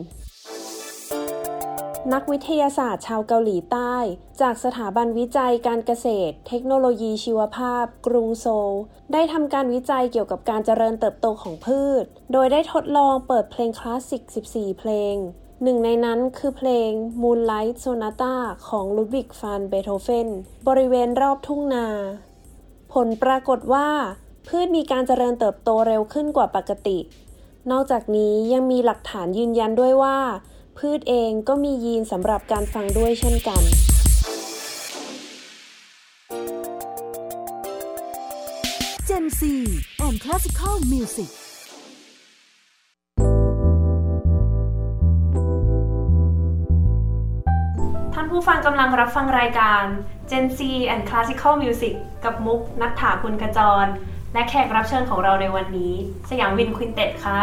นักวิทยาศาสตร์ชาวเกาหลีใต้จากสถาบันวิจัยการเกษตรเทคโนโลยีชีวภาพกรุงโซลได้ทำการวิจัยเกี่ยวกับการเจริญเติบโตของพืชโดยได้ทดลองเปิดเพลงคลาสสิกสิบสี่เพลงหนึ่งในนั้นคือเพลง Moonlight Sonata ของลูดวิก ฟาน เบโธเฟนบริเวณรอบทุ่งนาผลปรากฏว่าพืชมีการเจริญเติบโตเร็วขึ้นกว่าปกตินอกจากนี้ยังมีหลักฐานยืนยันด้วยว่าพืชเองก็มียีนสำหรับการฟังด้วยเช่นกัน Gen ซี and Classical Music ท่านผู้ฟังกำลังรับฟังรายการ Gen ซี and Classical Music กับมุกณัฐฐา คุณขจรและแขกรับเชิญของเราในวันนี้สยามวินควินเต็ตค่ะ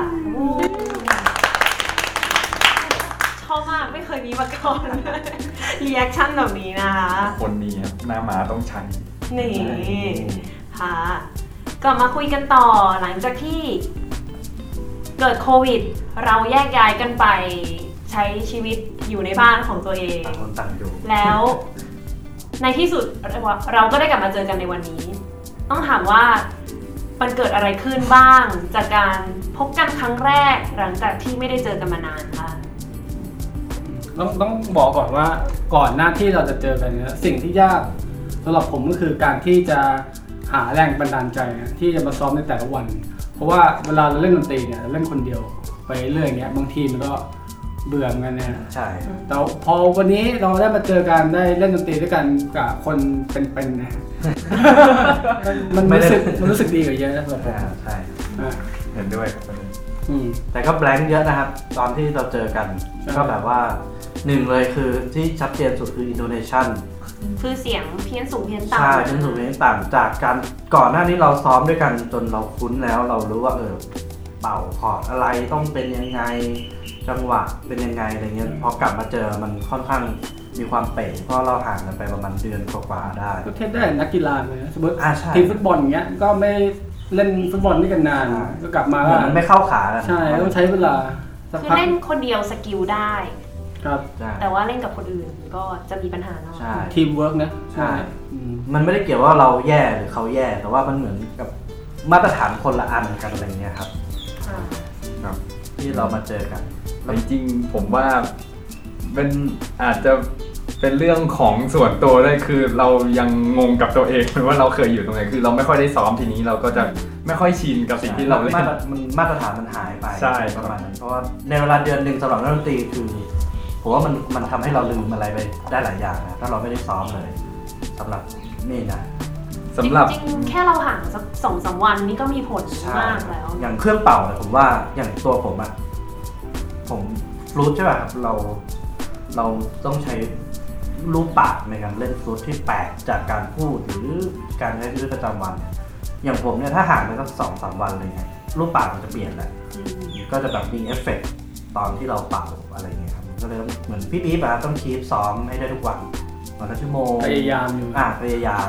ชอบมากไม่เคยมีมาก่อนรีแอคชั่นแบบนี้นะคะคนนี้ครับหน้าม้าต้องใช้นี่ค่ะกลับมาคุยกันต่อหลังจากที่เกิดโควิดเราแยกย้ายกันไปใช้ชีวิตอยู่ในบ้านของตัวเองต่างคนต่างอยู่แล้วในที่สุดเราก็ได้กลับมาเจอกันในวันนี้ต้องถามว่ามันเกิดอะไรขึ้นบ้างจากการพบกันครั้งแรกหลังจากที่ไม่ได้เจอกันมานานค่ะต้องต้องบอกก่อนว่าก่อนหน้าที่เราจะเจอกันเนี่ยสิ่งที่ยากสำหรับผมก็คือการที่จะหาแรงบันดาลใจที่จะมาซ้อมในแต่ละวันเพราะว่าเวลาเราเล่นดนตรีเนี่ยเราเล่นคนเดียวไปเรื่อยอย่างเงี้ยบางทีมันก็เบื่อกันเนี่ยใช่แต่พอวันนี้เราได้มาเจอกันได้เล่นดนตรีด้วยกันกับคนเป็นๆนะมันรู้สึกมันรู้สึกดีกว่าเยอะนะสำหรับผมใช่เห็นด้วยครับแต่ก็แบงค์เยอะนะครับตอนที่เราเจอกันก็แบบว่าหนึ่งเลยคือที่ชัดเจนสุดคืออินโดเนชันคือเสียงเพี้ยนสูงเพี้ยนต่ำใช่เพี้ยนสูงเพี้ยนต่ำจากการก่อนหน้านี้เราซ้อมด้วยกันจนเราคุ้นแล้วเรารู้ว่าเออเป่าคอร์ดอะไรต้องเป็นยังไงจังหวะเป็นยังไงอะไรเงี้ยพอกลับมาเจอมันค่อนข้างมีความเป๋เพราะเราห่างกันไปประมาณเดือนกว่าๆได้ก็เทียบได้นักกีฬาเลยสมมติทีมฟุตบอลอย่างเงี้ยก็ไม่เล่นฟุตบอลด้วยกันนานก็กลับมามันไม่เข้าขาใช่ต้องใช้เวลาคือเล่นคนเดียวสกิลได้ครับแต่ว่าเล่นกับคนอื่นก็จะมีปัญหาหน่อยทีมเวิร์กนะใช่มันไม่ได้เกี่ยวว่าเราแย่หรือเขาแย่แต่ว่ามันเหมือนกับมาตรฐานคนละอันกันอะไรเงี้ยครับครับที่เรามาเจอกันจริงๆผมว่าเป็นอาจจะเป็นเรื่องของส่วนตัวได้คือเรายังงงกับตัวเองว่าเราเคยอยู่ตรงไหนคือเราไม่ค่อยได้ซ้อมทีนี้เราก็จะไม่ค่อยชินกับสิ่งที่เราเล่นมันมาตรฐานมันหายไปใช่ประมาณนั้นเพราะว่าในเวลาเดือนหนึ่งสำหรับนักดนตรีคือผมว่ามันมันทำให้เราลืมอะไรไปได้หลายอย่างนะถ้าเราไม่ได้ซ้อมเลยสำหรับนี่นะสำหรับจริงๆแค่เราห่างสักสองสามวันนี่ก็มีผลมากแล้วอย่างเครื่องเป่าเนี่ยผมว่าอย่างตัวผมอะผมฟลูตใช่ป่ะครับเราเราต้องใช้รูปปากในการเล่นฟลูตที่แปลกจากการพูดหรือการใช้ชีวิตประจำวันอย่างผมเนี่ยถ้าห่างไปสักสองสามวันอะไรเงี้ยรูปปากมันจะเปลี่ยนแหละก็จะแบบมีเอฟเฟกต์ตอนที่เราเป่าอะไรเงี้ยครับก็เลยเหมือนพี่บี๊บอะต้องคีปซ้อมให้ได้ทุกวันวันละชั่วโมงพยายามอยู่อ่ะพยายาม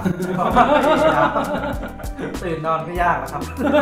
ตื่นนอนก็ยากนะครับ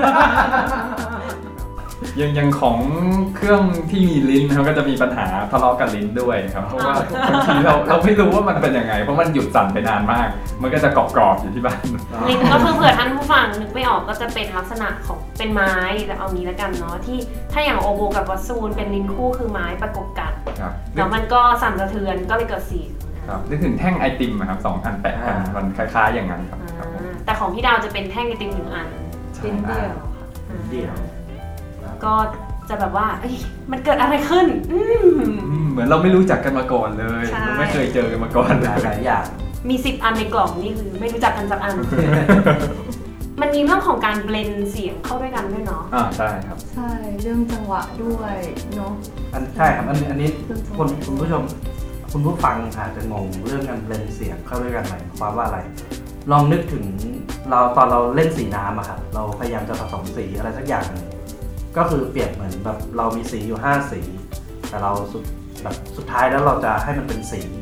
ยังยังของเครื่องที่มีลิ้นเขาก็จะมีปัญหาทะเลาะกับลิ้นด้วยครับเพราะว่าบางทีเราเราไม่รู้ว่ามันเป็นยังไงเพราะมันหยุดสั่นไปนานมากมันก็จะกรอบๆอยู่ที่บ้านลิ้นก็คือเผื่อท่านผู้ฟังนึกไม่ออกก็จะเป็นลักษณะของเป็นไม้แต่เอางี้แล้วกันเนาะที่ถ้าอย่างโอโบกับวัสซูนเป็นลิ้นคู่คือไม้ประกบกันแล้วมันก็สั่นสะเทือนก็เลยเกิดเสียงครับนึกถึงแท่งไอติมครับสองอันแปะกันมันคล้ายๆอย่างนั้นครับแต่ของพี่ดาวจะเป็นแท่งไอติมหนึ่งอันเป็นเดี่ยวเดี่ยวก็จะแบบว่ามันเกิดอะไรขึ้นเหมือนเราไม่รู้จักกันมาก่อนเลยเราไม่เคยเจอกันมาก่อนหลายอย่างมีสิบอันในกล่องนี่คือไม่รู้จักกันสักอันมันมีเรื่องของการเบลนด์เสียงเข้าด้วยกันด้วยเนาะอ่าใช่ครับใช่เรื่องจังหวะด้วยเนาะอันใช่ครับอันนี้อันนี้คนคุณผู้ชมคุณผู้ฟังอาจจะงงเรื่องการเบลนด์เสียงเข้าด้วยกันหมายความว่าอะไรลองนึกถึงเราตอนเราเล่นสีน้ำอะครับเราพยายามจะผสมสีอะไรสักอย่างนึงก็คือเปรียบเหมือนแบบเรามีสีอยู่ห้าสีแต่เราสุดแบบสุดท้ายแล้วเราจะให้มันเป็นสี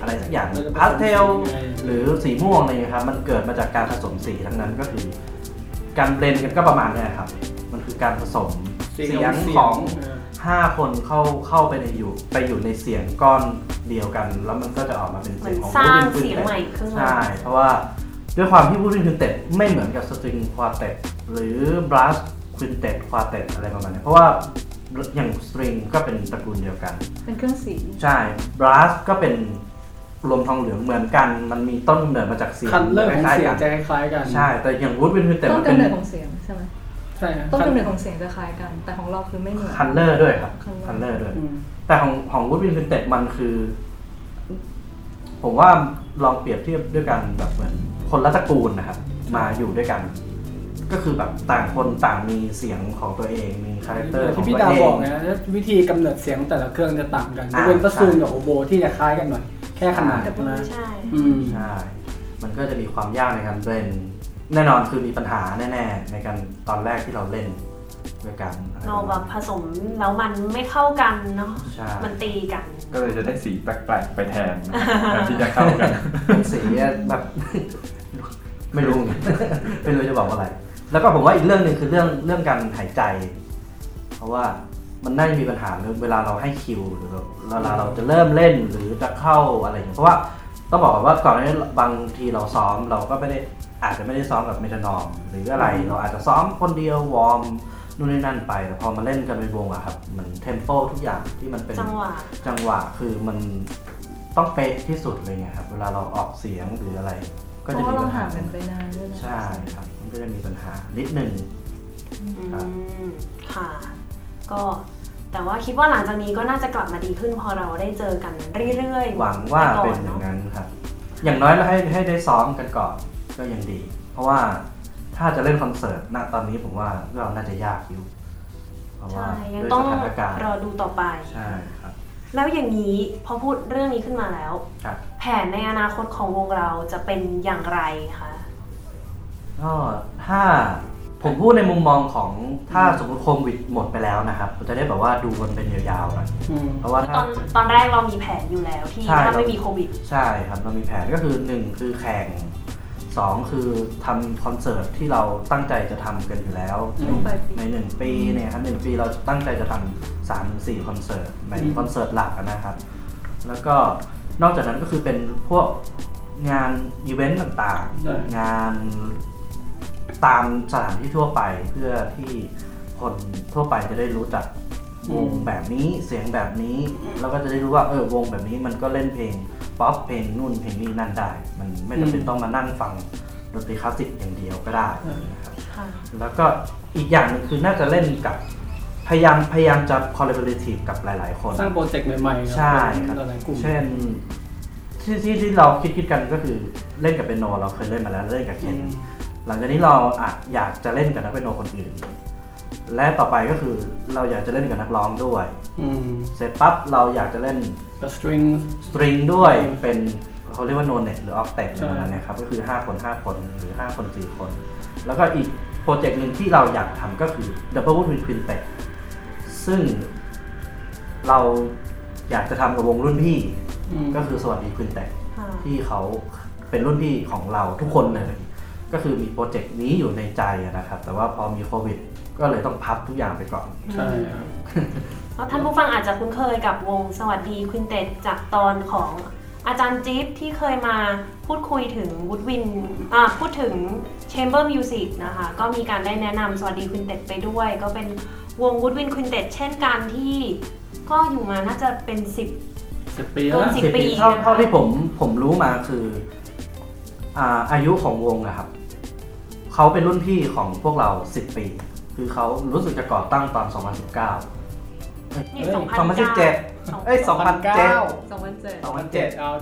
อะไรสักอย่างพาสเทลหรือสีม่วงอะไรเงี้ยครับมันเกิดมาจากการผสมสีทั้งนั้นก็คือการเบลนด์กันก็ประมาณนี้ครับมันคือการผสมเสียงของห้าคนเข้าเข้าไปในอยู่ไปอยู่ในเสียงก้อนเดียวกันแล้วมันก็จะออกมาเป็นเสียงของ Woodwind Quintet ใช่เพราะว่าด้วยความที่ Woodwind Quintet ไม่เหมือนกับ String Quartet หรือ Brass Quintet Quartet อะไรประมาณนี้เพราะว่าอย่าง String ก็เป็นตระกูลเดียวกันเป็นเครื่องสีใช่ Brass ก็เป็นรวมทองเหลืองเหมือนกันมันมีต้นกำเนิดมาจากเสียงคันเลอร์ของเสียงจะคล้ายๆกันใช่แต่อย่าง Woodwind Quintet ต้นกำเนิดของเสียงใช่ไหมใช่ต้นกำเนิดของเสียงจะคล้ายกันแต่ของเราคือไม่เหมือนคันเลอร์ด้วยครับคันเลอร์ด้วยแต่ของของ Woodwind Quintet มันคือผมว่าลองเปรียบเทียบด้วยกันแบบเหมือนคนละตระกูลนะครับมาอยู่ด้วยกันก็คือแบบต่างคนต่างมีเสียงของตัวเองมีคาแรคเตอร์ของตัวเองที่พี่ดาวบอกนะวิธีกำเนิดเสียงแต่ละเครื่องจะต่างกันเป็นประซูนกับโอโบที่จะคล้ายกันหน่อยแค่ขนาดนะใช่ใช่มันก็จะมีความยากในการเล่นแน่นอนคือมีปัญหาแน่ๆในการตอนแรกที่เราเล่นด้วยกันเราแบบผสมแล้วมันไม่เข้ากันเนาะมันตีกันก็เลยจะได้สีแปลกๆไปแทนแทนที่จะเข้ากันสีแบบไม่รู้ไม่รู้จะบอกว่าอะไรแล้วก็ผมว่าอีกเรื่องนึงคือเรื่องเรื่องการหายใจเพราะว่ามันน่าจะมีปัญหาเวลาเราให้คิวหรือเวลาเราจะเริ่มเล่นหรือจะเข้าอะไรอย่างเงี้ยเพราะว่าต้องบอกว่าก่อนหน้านี้บางทีเราซ้อมเราก็ไม่ได้อาจจะไม่ได้ซ้อมกับเมทานอมหรืออะไรเราอาจจะซ้อมคนเดียววอร์มนู่นนี่นั่นไปแต่พอมาเล่นกันเป็นวงอะครับมันเทมโปทุกอย่างที่มันเป็นจังหวะจังหวะคือมันต้องเป๊ะที่สุดเลยไงครับเวลาเราออกเสียงหรืออะไรก็จะมีปัญหาเป็นไปนานด้วยใช่ครับมันก็จะมีปัญหานิดนึงครับค่ะก็แต่ว่าคิดว่าหลังจากนี้ก็น่าจะกลับมาดีขึ้นพอเราได้เจอกันเรื่อยๆหวังว่าเป็นอย่างนั้นครับอย่างน้อยเราให้ให้ได้ซ้อมกันก่อนก็ยังดีเพราะว่าถ้าจะเล่นคอนเสิร์ตณตอนนี้ผมว่าเราน่าจะยากอยู่เพราะว่าด้วยสถานการณ์รอดูต่อไปใช่ครับแล้วอย่างนี้พอพูดเรื่องนี้ขึ้นมาแล้วแผนในอนาคตของวงเราจะเป็นอย่างไรคะก็ถ้าผมพูดในมุมมองของถ้าสมมติโควิดหมดไปแล้วนะครับเราจะได้แบบว่าดูกันเป็นยาวๆนะเพราะว่าตอนตอนแรกเรามีแผนอยู่แล้วที่ถ้าไม่มีโควิดใช่ครับเรามีแผนก็คือหนึ่งคือแข่งสองคือทำคอนเสิร์ตที่เราตั้งใจจะทำกันอยู่แล้วในหนึ่งปีเนี่ยครับหนึ่งปีเราตั้งใจจะทำสามถึงสี่คอนเสิร์ตในคอนเสิร์ตหลักนะครับแล้วก็นอกจากนั้นก็คือเป็นพวกงานอีเวนต์ต่างๆงานตามสถานที่ทั่วไปเพื่อที่คนทั่วไปจะได้รู้จักวงแบบนี้เสียงแบบนี้แล้วก็จะได้รู้ว่าเออวงแบบนี้มันก็เล่นเพลงป๊อปเพลงนู่นเพลงนี้นั่นได้มันไม่จำเป็นต้องมานั่งฟังดนตรีคลาสสิกอย่างเดียวก็ได้นะครับแล้วก็อีกอย่างนึงคือน่าจะเล่นกับพยายามพยายามจะ collaborative กับหลายๆคนสร้างโปรเจกต์ใหม่ๆใช่ครับเช่นที่ที่ที่เราคิดคิดกันก็คือเล่นกับเปียโนเราเคยเล่นมาแล้วเล่นกับเคนหลังจากนี้เราอ่ะอยากจะเล่นกับนักเปียโนคนอื่นและต่อไปก็คือเราอยากจะเล่นกับนักร้องด้วยเสร็จปั๊บเราอยากจะเล่นสตริงสตริงด้วยเป็นเขาเรียกว่าโนเน็ตหรือออกเต็ปอะไรนั่นนะครับก็คือห้าคนห้าคนหรือห้าคนสี่คนแล้วก็อีกโปรเจกต์นึงที่เราอยากทำก็คือ Double Woodwind Quintet ซึ่งเราอยากจะทำกับวงรุ่นพี่ก็คือสวัสดี Quintet ที่เขาเป็นรุ่นพี่ของเราทุกคนเลยก็คือมีโปรเจกต์นี้อยู่ในใจนะครับแต่ว่าพอมีโควิดก็เลยต้องพับทุกอย่างไปก่อนใช่ครับเพราะท่านผู้ฟังอาจจะคุ้นเคยกับวงสวัสดีควินเต็ตจากตอนของอาจารย์จิ๊บที่เคยมาพูดคุยถึง Woodwind อ่าพูดถึง Chamber Music นะคะก็มีการได้แนะนำสวัสดีควินเต็ตไปด้วยก็เป็นวง Woodwind Quintet เช่นกันที่ก็อยู่มาน่าจะเป็นสิบสิบปีแล้วสิบปีเท่าเท่าที่ผมผมรู้มาคืออ่าอายุของวงนะครับเขาเป็นรุ่นพี่ของพวกเราสิบปีคือเขารู้สึกจะก่อตั้งตอนสองพันสิบเก้านี่สองพันสองพันสิบเจ็ดเอ้ยสองพันเจ็ดสองพันเจ็ดสองพันเจ็ดอ๋อ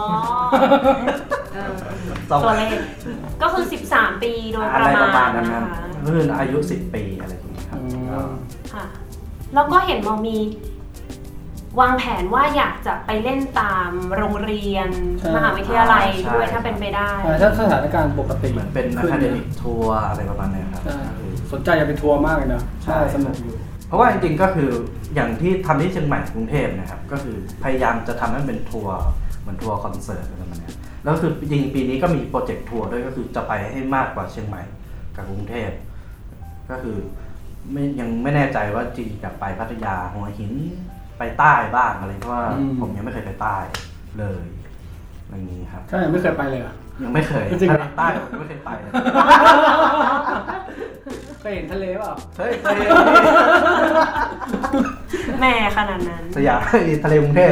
ตัวเลขก็คือสิบสามปีโดยประมาณนะคะก็คืออายุสิบปีอะไรอย่างเงี้ยครับค่ะแล้วก็เห็นว่ามีวางแผนว่าอยากจะไปเล่นตามโรงเรียนมหาวิทยาลัยด้วยถ้าเป็นไปได้ถ้าสถานการณ์ปกติเหมือนเป็นอะคาเดมิกทัวร์อะไรประมาณนี้ครับสนใจจะไปทัวร์มากเลยนะใช่สนุกอยู่เพราะว่าจริงๆก็คืออย่างที่ทำที่เชียงใหม่กรุงเทพนะครับก็คือพยายามจะทำให้เป็นทัวร์เหมือนทัวร์คอนเสิร์ตอะไรแบบนี้แล้วคือจริงปีนี้ก็มีโปรเจกต์ทัวร์ด้วยก็คือจะไปให้มากกว่าเชียงใหม่กับกรุงเทพก็คือไม่ยังไม่แน่ใจว่าจริงจะไปพัทยาหัวหินไปใต้บ้างอะไรเพราะว่าผมยังไม่เคยไปใต้เลยอย่างนี้ครับใช่ไม่เคยไปเลยอ่ะยังไม่เคยทะเลใต้ผมยังไม่เคยไปเลยเคยเห็นทะเลเปล่าเฮ้ยเคยแม่ขนาดนั้นสยามทะเลกรุงเทพ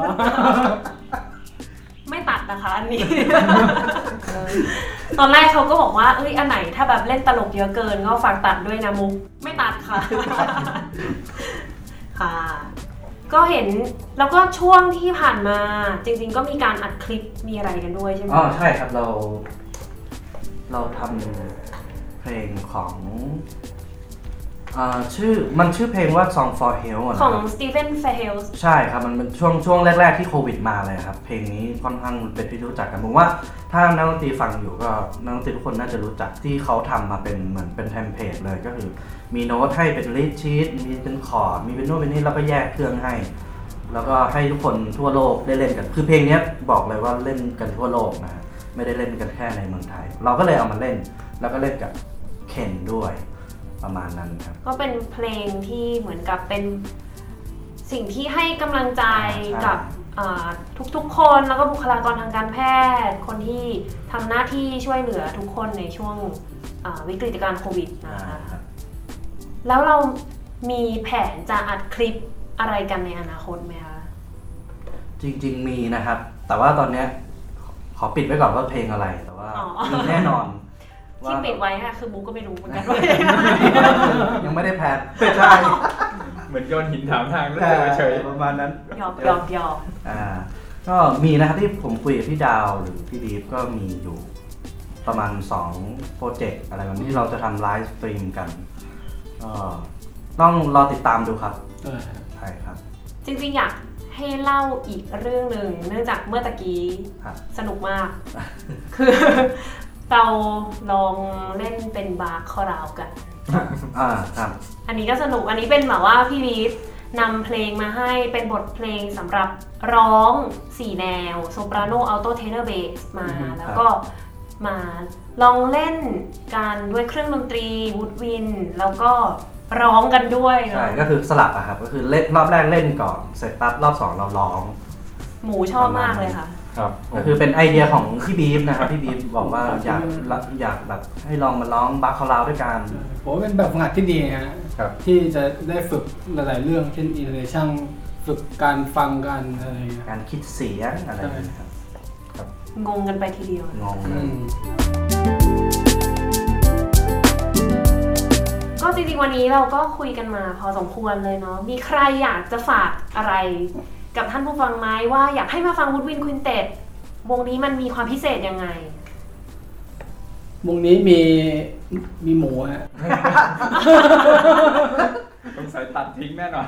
ไม่ตัดนะคะอันนี้ ตอนแรกเขาก็บอกว่าเอ้ยอันไหนถ้าแบบเล่นตลกเยอะเกินก็ฝากตัดด้วยนะมุกไม่ตัดค่ะ ค่ะก็เห็นแล้วก็ช่วงที่ผ่านมาจริงๆก็มีการอัดคลิปมีอะไรกันด้วยใช่ไหมอ๋อใช่ครับเราเราทำเพลงของอ่าชื่อมันชื่อเพลงว่า Song for Health ของ Stephen Fairhales ใช่ครับมันเป็นช่วงช่วงแรกๆที่โควิดมาเลยครับเพลงนี้ค่อนข้างเป็นที่รู้จักกันผมว่าถ้านักดนตรีฟังอยู่ก็นักดนตรีทุกคนน่าจะรู้จักที่เขาทำมาเป็นเหมือนเป็นเทมเพลตเลยก็คือมีโน้ตให้เป็นลีดชีทมีเป็นคอร์ดมีเป็นโน้ตเป็นนี่แล้วก็แยกเครื่องให้แล้วก็ให้ทุกคนทั่วโลกได้เล่นกันคือเพลงนี้บอกเลยว่าเล่นกันทั่วโลกนะไม่ได้เล่นกันแค่ในเมืองไทยเราก็เลยเอามาเล่นแล้วก็เล่นกับเคนด้วยประมาณนั้นครับก็เป็นเพลงที่เหมือนกับเป็นสิ่งที่ให้กำลังใจกับทุกๆคนแล้วก็บุคลากรทางการแพทย์คนที่ทำหน้าที่ช่วยเหลือทุกคนในช่วงวิกฤตการณ์โควิดนะคะแล้วเรามีแผนจะอัดคลิปอะไรกันในอนาคตไหมคะจริงๆมีนะครับแต่ว่าตอนนี้ขอปิดไว้ก่อนว่าเพลงอะไรแต่ว่ามีแน่นอนที่ปิดไว้ค่ะคือมุกก็ไม่รู้เหมือนกันว่ายังไม่ได้แพลนใช่เหมือนโยนหินถามทางเฉยประมาณนั้นหยอกหยอกหยอกอ่าก็มีนะครับที่ผมคุยกับพี่ดาวหรือพี่ดีฟก็มีอยู่ประมาณสองโปรเจกต์อะไรแบบนี้ที่เราจะทำไลฟ์สตรีมกันก็ต้องรอติดตามดูครับใช่ครับจริงๆอยากให้เล่าอีกเรื่องหนึ่งเนื่องจากเมื่อตะกี้สนุกมากคือเราลองเล่นเป็นบาร์คอราวกันอ่าครับอันนี้ก็สนุกอันนี้เป็นแบบว่าพี่วีฟนำเพลงมาให้เป็นบทเพลงสำหรับร้องสี่แนวโซปราโนอัลโตเทเนอร์เบสมาแล้วก็มาลองเล่นกันด้วยเครื่องดนตรีวูดวินแล้วก็ร้องกันด้วยใช่ก็คือสลับอะครับก็คือเล่นรอบแรกเล่นก่อนเสร็จปั๊บรอบสองเราร้องหมูชอบมากเลยค่ะครับก็คือเป็นไอเดียของพี่บีฟนะครับพี่บีฟบอกว่าอยากอยากแบบให้ลองมาร้องบาร์คอราวด้วยกันโอ้เป็นแบบฝึกหัดที่ดีฮะที่จะได้ฝึกหลายๆเรื่องเช่นอินเทอร์เนชั่นฝึกการฟังกันอะไรการคิดเสียงอะไรนะครับงงกันไปทีเดียวงงเลยก็จริงๆวันนี้เราก็คุยกันมาพอสมควรเลยเนาะมีใครอยากจะฝากอะไรกับท่านผู้ฟังไหมว่าอยากให้มาฟังวูดวินควินเต็ตวงนี้มันมีความพิเศษยังไงวงนี้มีมีหมูฮะต้องใส่ตัดทิ้งแน่นอน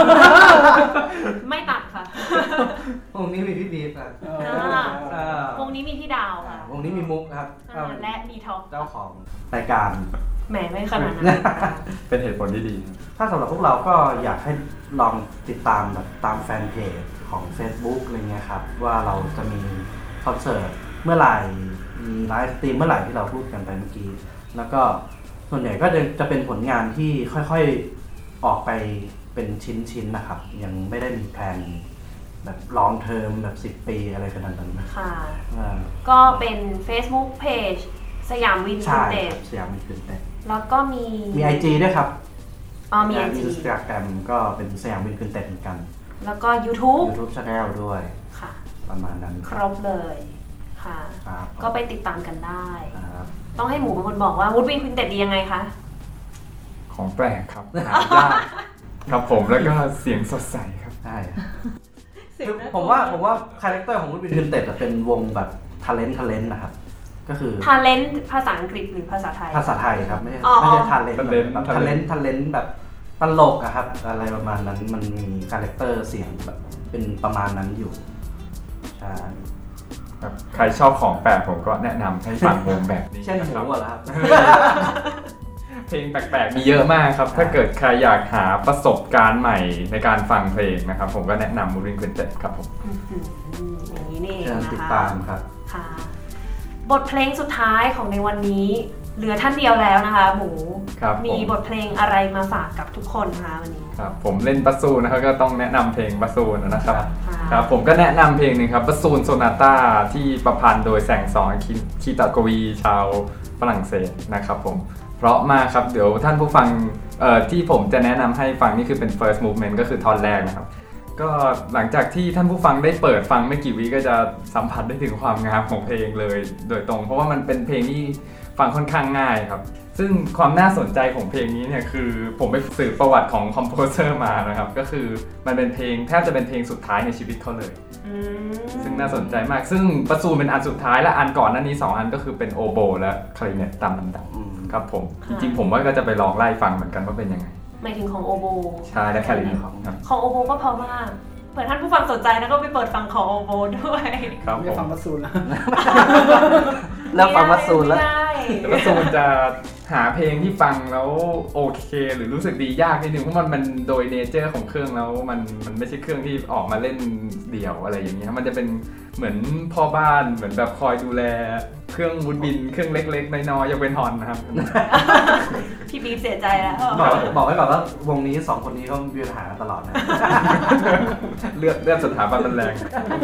ไม่ตัดค่ะวงนี้มีพี่บีฟครับวงนี้มีพี่ดาวค่ะวงนี้มีมุกครับและมีท็อปเจ้าของรายการแหมไม่ขนาดนั้นเป็นเหตุผลที่ดีถ้าสำหรับพวกเราก็อยากให้ลองติดตามแบบตามแฟนเพจของ Facebook อะไรเงี้ยครับว่าเราจะมีคอนเสิร์ตเมื่อไหร่มีไลฟ์สตรีมเมื่อไหร่ที่เราพูดกันไปเมื่อกี้แล้วก็ส่วนใหญ่ก็จะจะเป็นผลงานที่ค่อยๆออกไปเป็นชิ้นๆนะครับยังไม่ได้มีแพลนแบบลองเทอมแบบสิบปีอะไรขนาดนั้นค่ะก็เป็น Facebook Page สยามวินควินเต็ตสยามวินควินเต็ตแล้วก็มีมี ไอ จี ด้วยครับอ๋อมี ไอ จี Instagram ก็เป็นสยามวินควินเต็ตเหมือนกันแล้วก็ YouTube YouTube Channel ด้วยค่ะประมาณนั้นครบเลยค่ะก็ไปติดตามกันได้ต้องให้หมูเป็นคนบอกว่าวูดวินควินเต็ตดียังไงคะของแปลกครับหายากครับผมแล้วก็เสียงสดใสครับใช่ผมว่าผมว่าคาแรคเตอร์ของวูดวินควินเต็ตเป็นวงแบบทาเลนต์ทาเลนต์นะครับก็คือ talent ภาษาอังกฤษหรือภาษาไทยภาษาไทยครับไม่ใช่ไม่ใช่ talent talent talent แบบตลกอะครับอะไรประมาณนั้นมันมีคาแรคเตอร์เสียงแบบเป็นประมาณนั้นอยู่ใช่ครับใครชอบของแปลกผมก็แนะนำให้ฟังวงแบบนี้เช่นหมูเหรอครับเพลงแปลกๆมีเยอะมากครับถ้าเกิดใครอยากหาประสบการณ์ใหม่ในการฟังเพลงนะครับผมก็แนะนำ Woodwind Quintet ครับผมอย่างนี้นี่เองนะคะติดตามครับค่ะบทเพลงสุดท้ายของในวันนี้เหลือท่านเดียวแล้วนะคะหมูมีบทเพลงอะไรมาฝากกับทุกคนคะวันนี้ครับผมเล่นบัสซูนนะครับก็ต้องแนะนำเพลงบัสซูนนะครับครับผมก็แนะนำเพลงหนึ่งครับบัสซูนโซนาต้าที่ประพันธ์โดยแสงสองคีตากวีชาวฝรั่งเศสนะครับผมเพราะมากครับเดี๋ยวท่านผู้ฟังที่ผมจะแนะนำให้ฟังนี่คือเป็น first movement ก็คือท่อนแรกนะครับก็หลังจากที่ท่านผู้ฟังได้เปิดฟังไม่กี่วิก็จะสัมผัสได้ถึงความงามของเพลงเลยโดยตรงเพราะว่ามันเป็นเพลงที่ฟังค่อนข้างง่ายครับซึ่งความน่าสนใจของเพลงนี้เนี่ยคือผมไปสืบประวัติของคอมโพเซอร์มานะครับก็คือมันเป็นเพลงแทบจะเป็นเพลงสุดท้ายในชีวิตเขาเลยซึ่งน่าสนใจมากซึ่งประซูนเป็นอันสุดท้ายและอันก่อนหน้านี้สองอันก็คือเป็นโอโบและคลาริเนตตามลำดับครับผมจริงๆผมว่าก็จะไปลองไล่ฟังเหมือนกันว่าเป็นยังไงหมายถึงของโอโบใช่และคลาริเนตครับของโอโบก็พอมากเผื่อท่านผู้ฟังสนใจนะก็ไปเปิดฟังของโอโบด้วยครับไม่ฟังประซูนแล้วแล้วฟังประซูนแล้วประซูนจะหาเพลงที่ฟังแล้วโอเคหรือรู้สึกดียากนิดนึงเพราะมันมันโดยเนเจอร์ของเครื่องแล้วมันมันไม่ใช่เครื่องที่ออกมาเล่นเดี่ยวอะไรอย่างเงี้ยมันจะเป็นเหมือนพ่อบ้านเหมือนแบบคอยดูแลเครื่องวูดวินเครื่องเล็กๆน้อยๆยกเว้นฮอนนะครับพี่บีเสียใจแล้วบอกบอกไว้ก่อนว่าวงนี้สองคนนี้ก็มีปัญหาตลอดนะเลือดเลือดสถาบันมันแรง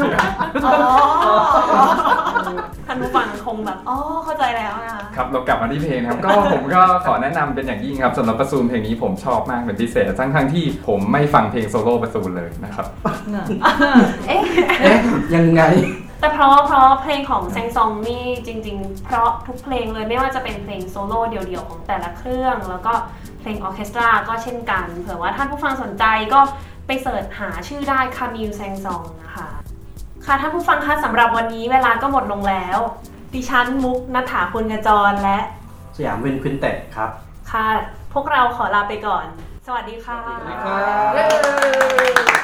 ท่านผู้ฟังคงแบบอ๋อเข้าใจแล้วนะครับเรากลับมาที่เพลงครับก็ผมก็ขอแนะนำเป็นอย่างยิ่งครับสำหรับประซูนเพลงนี้ผมชอบมากเป็นพิเศษทั้งทั้งที่ผมไม่ฟังเพลงโซโล่ประซูนเลยนะครับเอ๊ะยังไงแต่เพราะเพราะเพลงของแซงซองนี่จริงๆเพราะทุกเพลงเลยไม่ว่าจะเป็นเพลงโซโล่เดี่ยวๆของแต่ละเครื่องแล้วก็เพลงออร์เคสตราก็เช่นกันเผื่อว่าท่านผู้ฟังสนใจก็ไปเสิร์ชหาชื่อได้คามิลแซงซองนะคะค่ะท่านผู้ฟังคะสำหรับวันนี้เวลาก็หมดลงแล้วดิฉันมุกณัฐฐา พลกจรและสยามวินควินเต็ตครับค่ะพวกเราขอลาไปก่อนสวัสดีค่ะสวัสดีครับ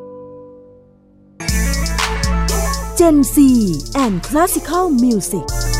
Gen Z and Classical Music